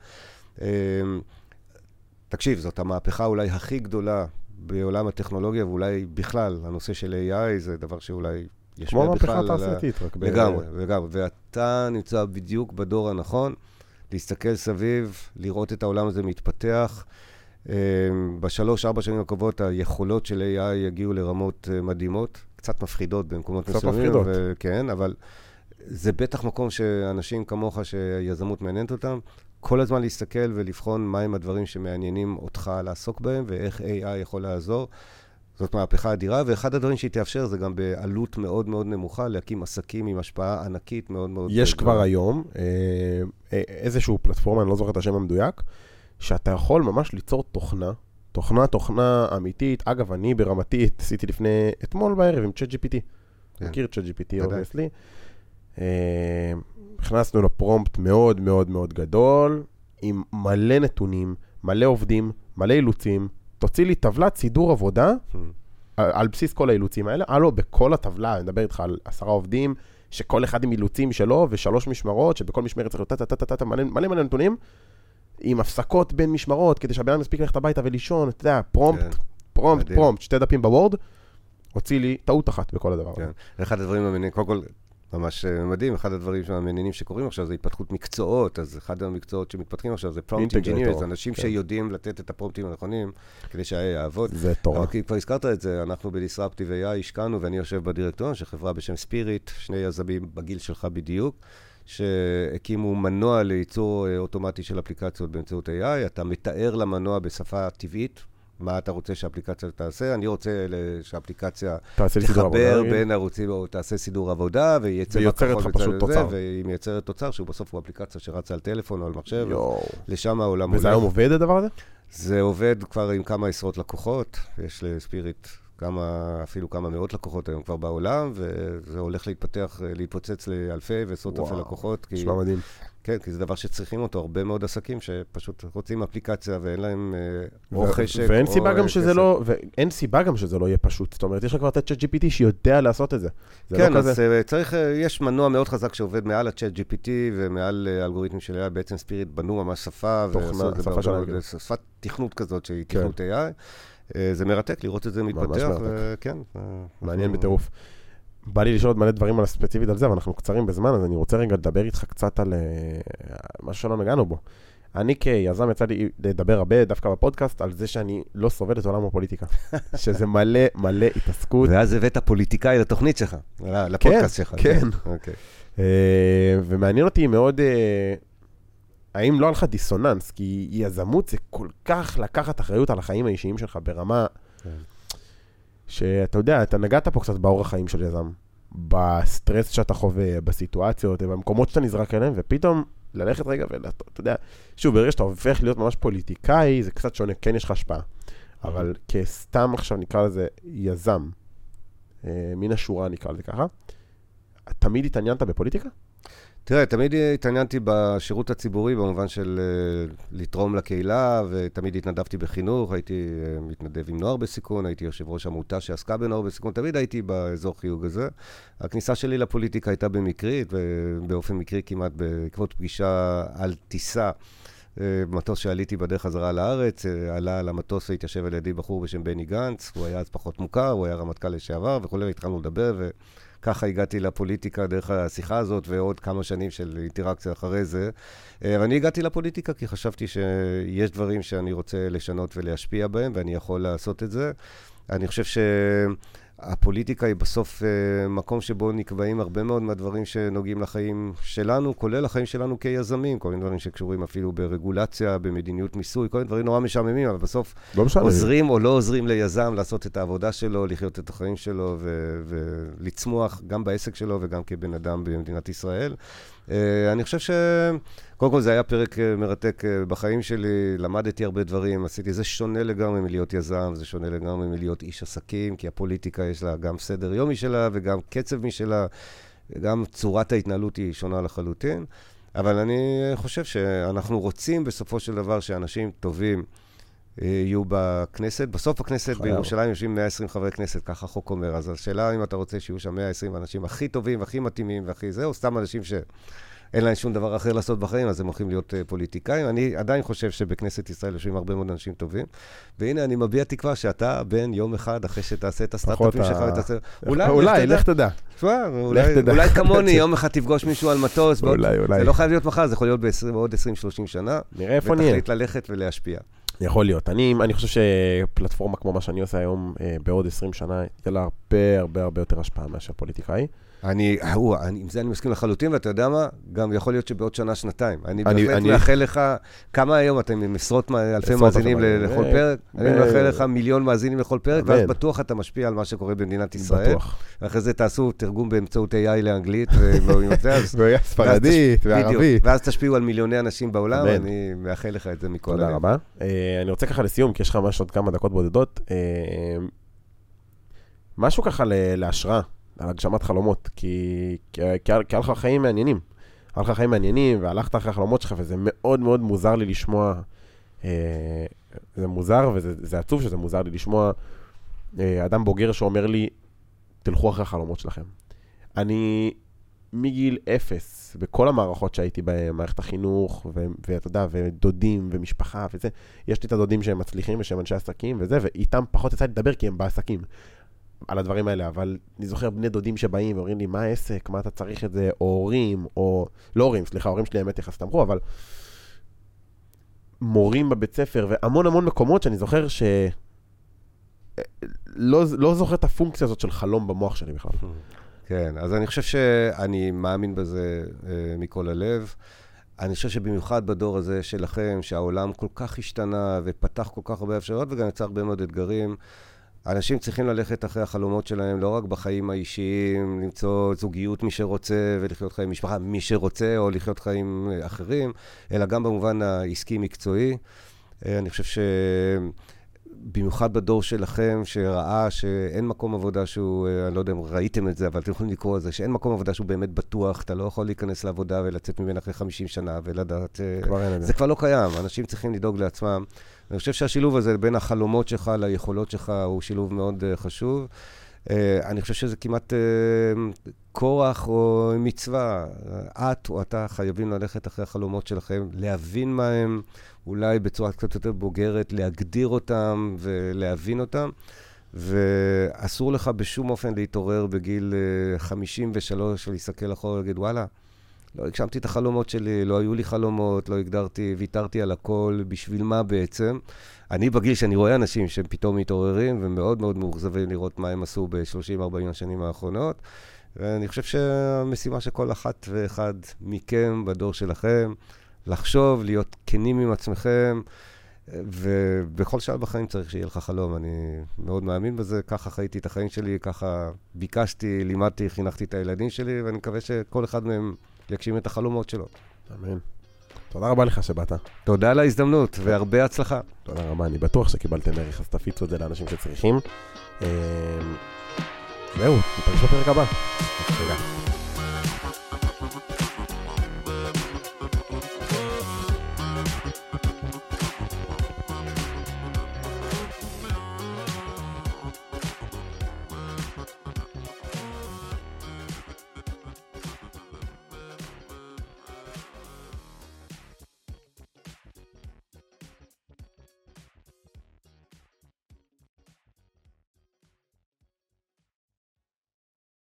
B: תקשיב, זאת המהפכה אולי הכי גדולה בעולם הטכנולוגיה, ואולי בכלל, הנושא של איי איי זה דבר שאולי...
A: כמו מהפכה תעשייתית, רק
B: לגמרי, לגמרי. ואתה נמצא בדיוק בדור הנכון, להסתכל סביב, לראות את העולם הזה מתפתח. בשלוש, ארבע שנים הקרובות, היכולות של איי איי יגיעו לרמות מדהימות, קצת מפחידות במקומות מסוימים. קצת מפחידות. כן, אבל זה בטח מקום שאנשים כמוך, שיזמות מעניינת אותם, כל הזמן להסתכל ולבחון מהם הדברים שמעניינים אותך לעסוק בהם, ואיך איי איי יכול לעזור. זאת מהפכה אדירה, ואחד הדברים שהיא תאפשר זה גם בעלות מאוד מאוד נמוכה, להקים עסקים עם השפעה ענקית מאוד מאוד...
A: יש כבר היום איזשהו פלטפורמה, אני לא זוכר את השם המדויק, שאתה יכול ממש ליצור תוכנה, תוכנה, תוכנה אמיתית. אגב, אני ברמתי עשיתי לפני אתמול בערב עם צ'אט ג'י פי טי. מכיר צ'אט ג'י פי טי, obviously. הכנסנו לפרומפט מאוד מאוד מאוד גדול, עם מלא נתונים, מלא עובדים, מלא אילוצים, תוציא לי טבלת סידור עבודה, על בסיס כל האילוצים האלה. הלו, בכל הטבלה, אני מדבר איתך על עשרה עובדים, שכל אחד עם אילוצים שלו, ושלוש משמרות, שבכל משמרת צריך להיות מלא מלא נתונים, עם הפסקות בין משמרות, כדי שהבן אדם מספיק ללכת הביתה ולישון, אתה יודע, פרומפט, פרומפט, פרומפט, שתי דפים בוורד, הוציא לי טעות אחת בכל הדבר הזה.
B: אחד הדברים המעניינים, קודם כל, ממש מדהים, אחד הדברים המעניינים שקורים עכשיו זה התפתחות מקצועות, אז אחד המקצועות שמתפתחים עכשיו זה prompt engineers, אנשים כן. שיודעים לתת את הפרומפטים הנכונים כדי שה-איי איי יעבוד.
A: זה תורה.
B: כי כבר הזכרת את זה, אנחנו ב-Disruptive איי איי השקענו, ואני יושב בדירקטוריון של חברה בשם ספיריט, שני יזמים בגיל שלך בדיוק, שהקימו מנוע לייצור אוטומטי של אפליקציות באמצעות איי איי, אתה מתאר למנוע בשפה טבעית, מה אתה רוצה שהאפליקציה תעשה? אני רוצה שהאפליקציה תחבר בין ערוצים, או תעשה סידור עבודה,
A: ויוצרת לך פשוט תוצר.
B: והיא מייצרת תוצר, שהוא בסוף הוא אפליקציה שרצה על טלפון או על מחשב, לשם העולם...
A: וזה היום עובד הדבר הזה?
B: זה עובד כבר עם כמה עשרות לקוחות, יש לספיריט כמה, אפילו כמה מאות לקוחות היום כבר בעולם, וזה הולך להתפתח, להתפוצץ לאלפי ועשרות אלפי לקוחות.
A: נשמע מדהים.
B: כן, כי זה דבר שצריכים אותו, הרבה מאוד עסקים שפשוט רוצים אפליקציה ואין להם או חשק או...
A: ואין סיבה גם שזה לא, ואין סיבה גם שזה לא יהיה פשוט. זאת אומרת, יש לך כבר את ה-צ'אט ג'י פי טי שיודע לעשות את זה.
B: כן, אז צריך, יש מנוע מאוד חזק שעובד מעל ה-צ'אט ג'י פי טי ומעל אלגוריתמים של איי איי, בעצם ספיריט בנו ממש שפה, שפת תכנות כזאת שהיא תכנות איי איי. זה מרתק לראות את זה מתפתח, וכן.
A: מעניין בטירוף. בא לי לשאול עוד מלא דברים על הספציפית על זה, אבל אנחנו קצרים בזמן, אז אני רוצה רגע לדבר איתך קצת על משהו שלא נגענו בו. אני כיזם יצא לי לדבר הרבה, דווקא בפודקאסט, על זה שאני לא סובל את עולם הפוליטיקה. שזה מלא מלא התעסקות.
B: ואז הבאת פוליטיקאי לתוכנית שלך, לפודקאסט שלך.
A: כן, כן. ומעניין אותי מאוד, האם לא היה לך דיסוננס, כי יזמות זה כל כך לקחת אחריות על החיים האישיים שלך ברמה... שאתה יודע, אתה נגעת פה קצת באורח החיים של יזם, בסטרס שאתה חווה, בסיטואציות, במקומות שאתה נזרק אליהם, ופתאום ללכת רגע ואתה יודע, שוב, ברגע שאתה הופך להיות ממש פוליטיקאי, זה קצת שונה, כן יש לך השפעה, אבל כסתם עכשיו נקרא לזה יזם, מן השורה נקרא לזה ככה, תמיד התעניינת בפוליטיקה?
B: תראה, תמיד התעניינתי בשירות הציבורי, במובן של uh, לתרום לקהילה, ותמיד התנדבתי בחינוך, הייתי uh, מתנדב עם נוער בסיכון, הייתי יושב ראש עמותה שעסקה בנוער בסיכון, תמיד הייתי באזור חיוג הזה. הכניסה שלי לפוליטיקה הייתה במקרית, ובאופן מקרי כמעט בעקבות פגישה על טיסה, uh, מטוס שעליתי בדרך חזרה לארץ, uh, עלה על המטוס והתיישב על ידי בחור בשם בני גנץ, הוא היה אז פחות מוכר, הוא היה רמטכ"ל לשעבר וכו', התחלנו לדבר ו... ככה הגעתי לפוליטיקה דרך השיחה הזאת, ועוד כמה שנים של אינטראקציה אחרי זה. ואני הגעתי לפוליטיקה כי חשבתי שיש דברים שאני רוצה לשנות ולהשפיע בהם, ואני יכול לעשות את זה. אני חושב שהפוליטיקה היא בסוף מקום שבו נקבעים הרבה מאוד מהדברים שנוגעים לחיים שלנו, כולל החיים שלנו כיזמים, כל מיני דברים שקשורים אפילו ברגולציה, במדיניות מיסוי, כל מיני דברים נורא משעממים, אבל בסוף לא עוזרים או לא עוזרים ליזם לעשות את העבודה שלו, לחיות את החיים שלו ו- ולצמוח גם בעסק שלו וגם כבן אדם במדינת ישראל. אני חושב ש... קודם כל זה היה פרק מרתק בחיים שלי, למדתי הרבה דברים, עשיתי, זה שונה לגמרי מלהיות יזם, זה שונה לגמרי מלהיות איש עסקים, כי הפוליטיקה יש לה גם סדר יומי שלה וגם קצב משלה, גם צורת ההתנהלות היא שונה לחלוטין, אבל אני חושב שאנחנו רוצים בסופו של דבר שאנשים טובים יהיו בכנסת. בסוף הכנסת בירושלים יושבים מאה ועשרים חברי כנסת, ככה החוק אומר, אז השאלה אם אתה רוצה שיהיו שם מאה ועשרים אנשים הכי טובים, הכי מתאימים והכי זה, או סתם אנשים ש... אין להם שום דבר אחר לעשות בחיים, אז הם הולכים להיות uh, פוליטיקאים. אני עדיין חושב שבכנסת ישראל יושבים הרבה מאוד אנשים טובים, והנה אני מביע תקווה שאתה בן יום אחד, אחרי שתעשה את הסטארט-אפים שלך, ותעשה...
A: אולי, לך תדע.
B: אולי כמוני, יום אחד תפגוש מישהו על מטוס,
A: אולי, אולי.
B: זה לא חייב להיות מחר, זה יכול להיות בעוד עשרים שלושים שנה,
A: נראה איפה נהיה.
B: ותחליט ללכת ולהשפיע.
A: יכול להיות. אני, אני חושב שפלטפורמה כמו מה שאני עושה היום, בעוד עשרים שנה, יהיה לה הרבה הרבה הרבה יותר השפעה מאשר פוליטיקאי.
B: אני, הוא, אני, עם זה אני מסכים לחלוטין, ואתה יודע מה? גם יכול להיות שבעוד שנה, שנתיים. אני בהחלט מאחל לך, כמה היום אתם עם עשרות אלפי מאזינים לכל פרק? אני מאחל לך מיליון מאזינים לכל פרק, ואז בטוח אתה משפיע על מה שקורה במדינת ישראל. בטוח. ואחרי זה תעשו תרגום באמצעות איי איי לאנגלית,
A: ספרדית וערבית.
B: ואז תשפיעו על מיליוני אנשים בעולם, אני מאחל לך את זה מכל הלב.
A: תודה רבה. אני רוצה ככה לסיום, כי יש לך ממש עוד כמה דקות בודדות. משהו ככה להשראה. על הגשמת חלומות, כי, כי, כי, כי היה לך חיים מעניינים. היה לך חיים מעניינים, והלכת אחרי החלומות שלך, וזה מאוד מאוד מוזר לי לשמוע, אה, זה מוזר, וזה זה עצוב שזה מוזר לי לשמוע, אה, אדם בוגר שאומר לי, תלכו אחרי החלומות שלכם. אני מגיל אפס, בכל המערכות שהייתי במערכת החינוך, ו, ואתה יודע, ודודים, ומשפחה, וזה, יש לי את הדודים שהם מצליחים, ושהם אנשי עסקים, וזה, ואיתם פחות יצא לדבר, כי הם בעסקים. על הדברים האלה, אבל אני זוכר בני דודים שבאים ואומרים לי, מה העסק, מה אתה צריך את זה, או הורים, או... לא הורים, סליחה, הורים שלי האמת יחס תמכו, אבל מורים בבית ספר, והמון המון מקומות שאני זוכר ש... לא, לא זוכר את הפונקציה הזאת של חלום במוח שלי בכלל.
B: כן, אז אני חושב שאני מאמין בזה אה, מכל הלב. אני חושב שבמיוחד בדור הזה שלכם, שהעולם כל כך השתנה ופתח כל כך הרבה אפשרויות, וגם יצא הרבה מאוד אתגרים, אנשים צריכים ללכת אחרי החלומות שלהם, לא רק בחיים האישיים, למצוא זוגיות מי שרוצה ולחיות חיים משפחה מי שרוצה, או לחיות חיים אחרים, אלא גם במובן העסקי-מקצועי. אני חושב ש... במיוחד בדור שלכם, שראה שאין מקום עבודה שהוא, אני לא יודע אם ראיתם את זה, אבל אתם יכולים לקרוא את זה, שאין מקום עבודה שהוא באמת בטוח, אתה לא יכול להיכנס לעבודה ולצאת ממנה אחרי חמישים שנה ולדעת, כבר זה כבר לא קיים, אנשים צריכים לדאוג לעצמם. אני חושב שהשילוב הזה בין החלומות שלך ליכולות שלך הוא שילוב מאוד חשוב. אני חושב שזה כמעט כורח או מצווה. את או אתה חייבים ללכת אחרי החלומות שלכם, להבין מה הם, אולי בצורה קצת יותר בוגרת, להגדיר אותם ולהבין אותם, ואסור לך בשום אופן להתעורר בגיל חמישים ושלוש ולהסתכל אחורה ולהגיד, וואלה, לא הגשמתי את החלומות שלי, לא היו לי חלומות, לא הגדרתי, ויתרתי על הכל, בשביל מה בעצם? אני בגיל שאני רואה אנשים שהם פתאום מתעוררים, ומאוד מאוד מאוכזבים לראות מה הם עשו ב-שלושים ארבעים השנים האחרונות, ואני חושב שהמשימה של כל אחת ואחד מכם בדור שלכם, לחשוב, להיות כנים עם עצמכם, ובכל שעה בחיים צריך שיהיה לך חלום. אני מאוד מאמין בזה, ככה חייתי את החיים שלי, ככה ביקשתי, לימדתי, חינכתי את הילדים שלי, ואני מקווה שכל אחד מהם יגשים את החלומות שלו.
A: אמן. תודה רבה לך שבאת.
B: תודה על ההזדמנות, והרבה הצלחה.
A: תודה רבה, אני בטוח שקיבלתם ערך, אז תפיצו את זה לאנשים שצריכים. זהו, ניפגש בפרק הבא. תודה.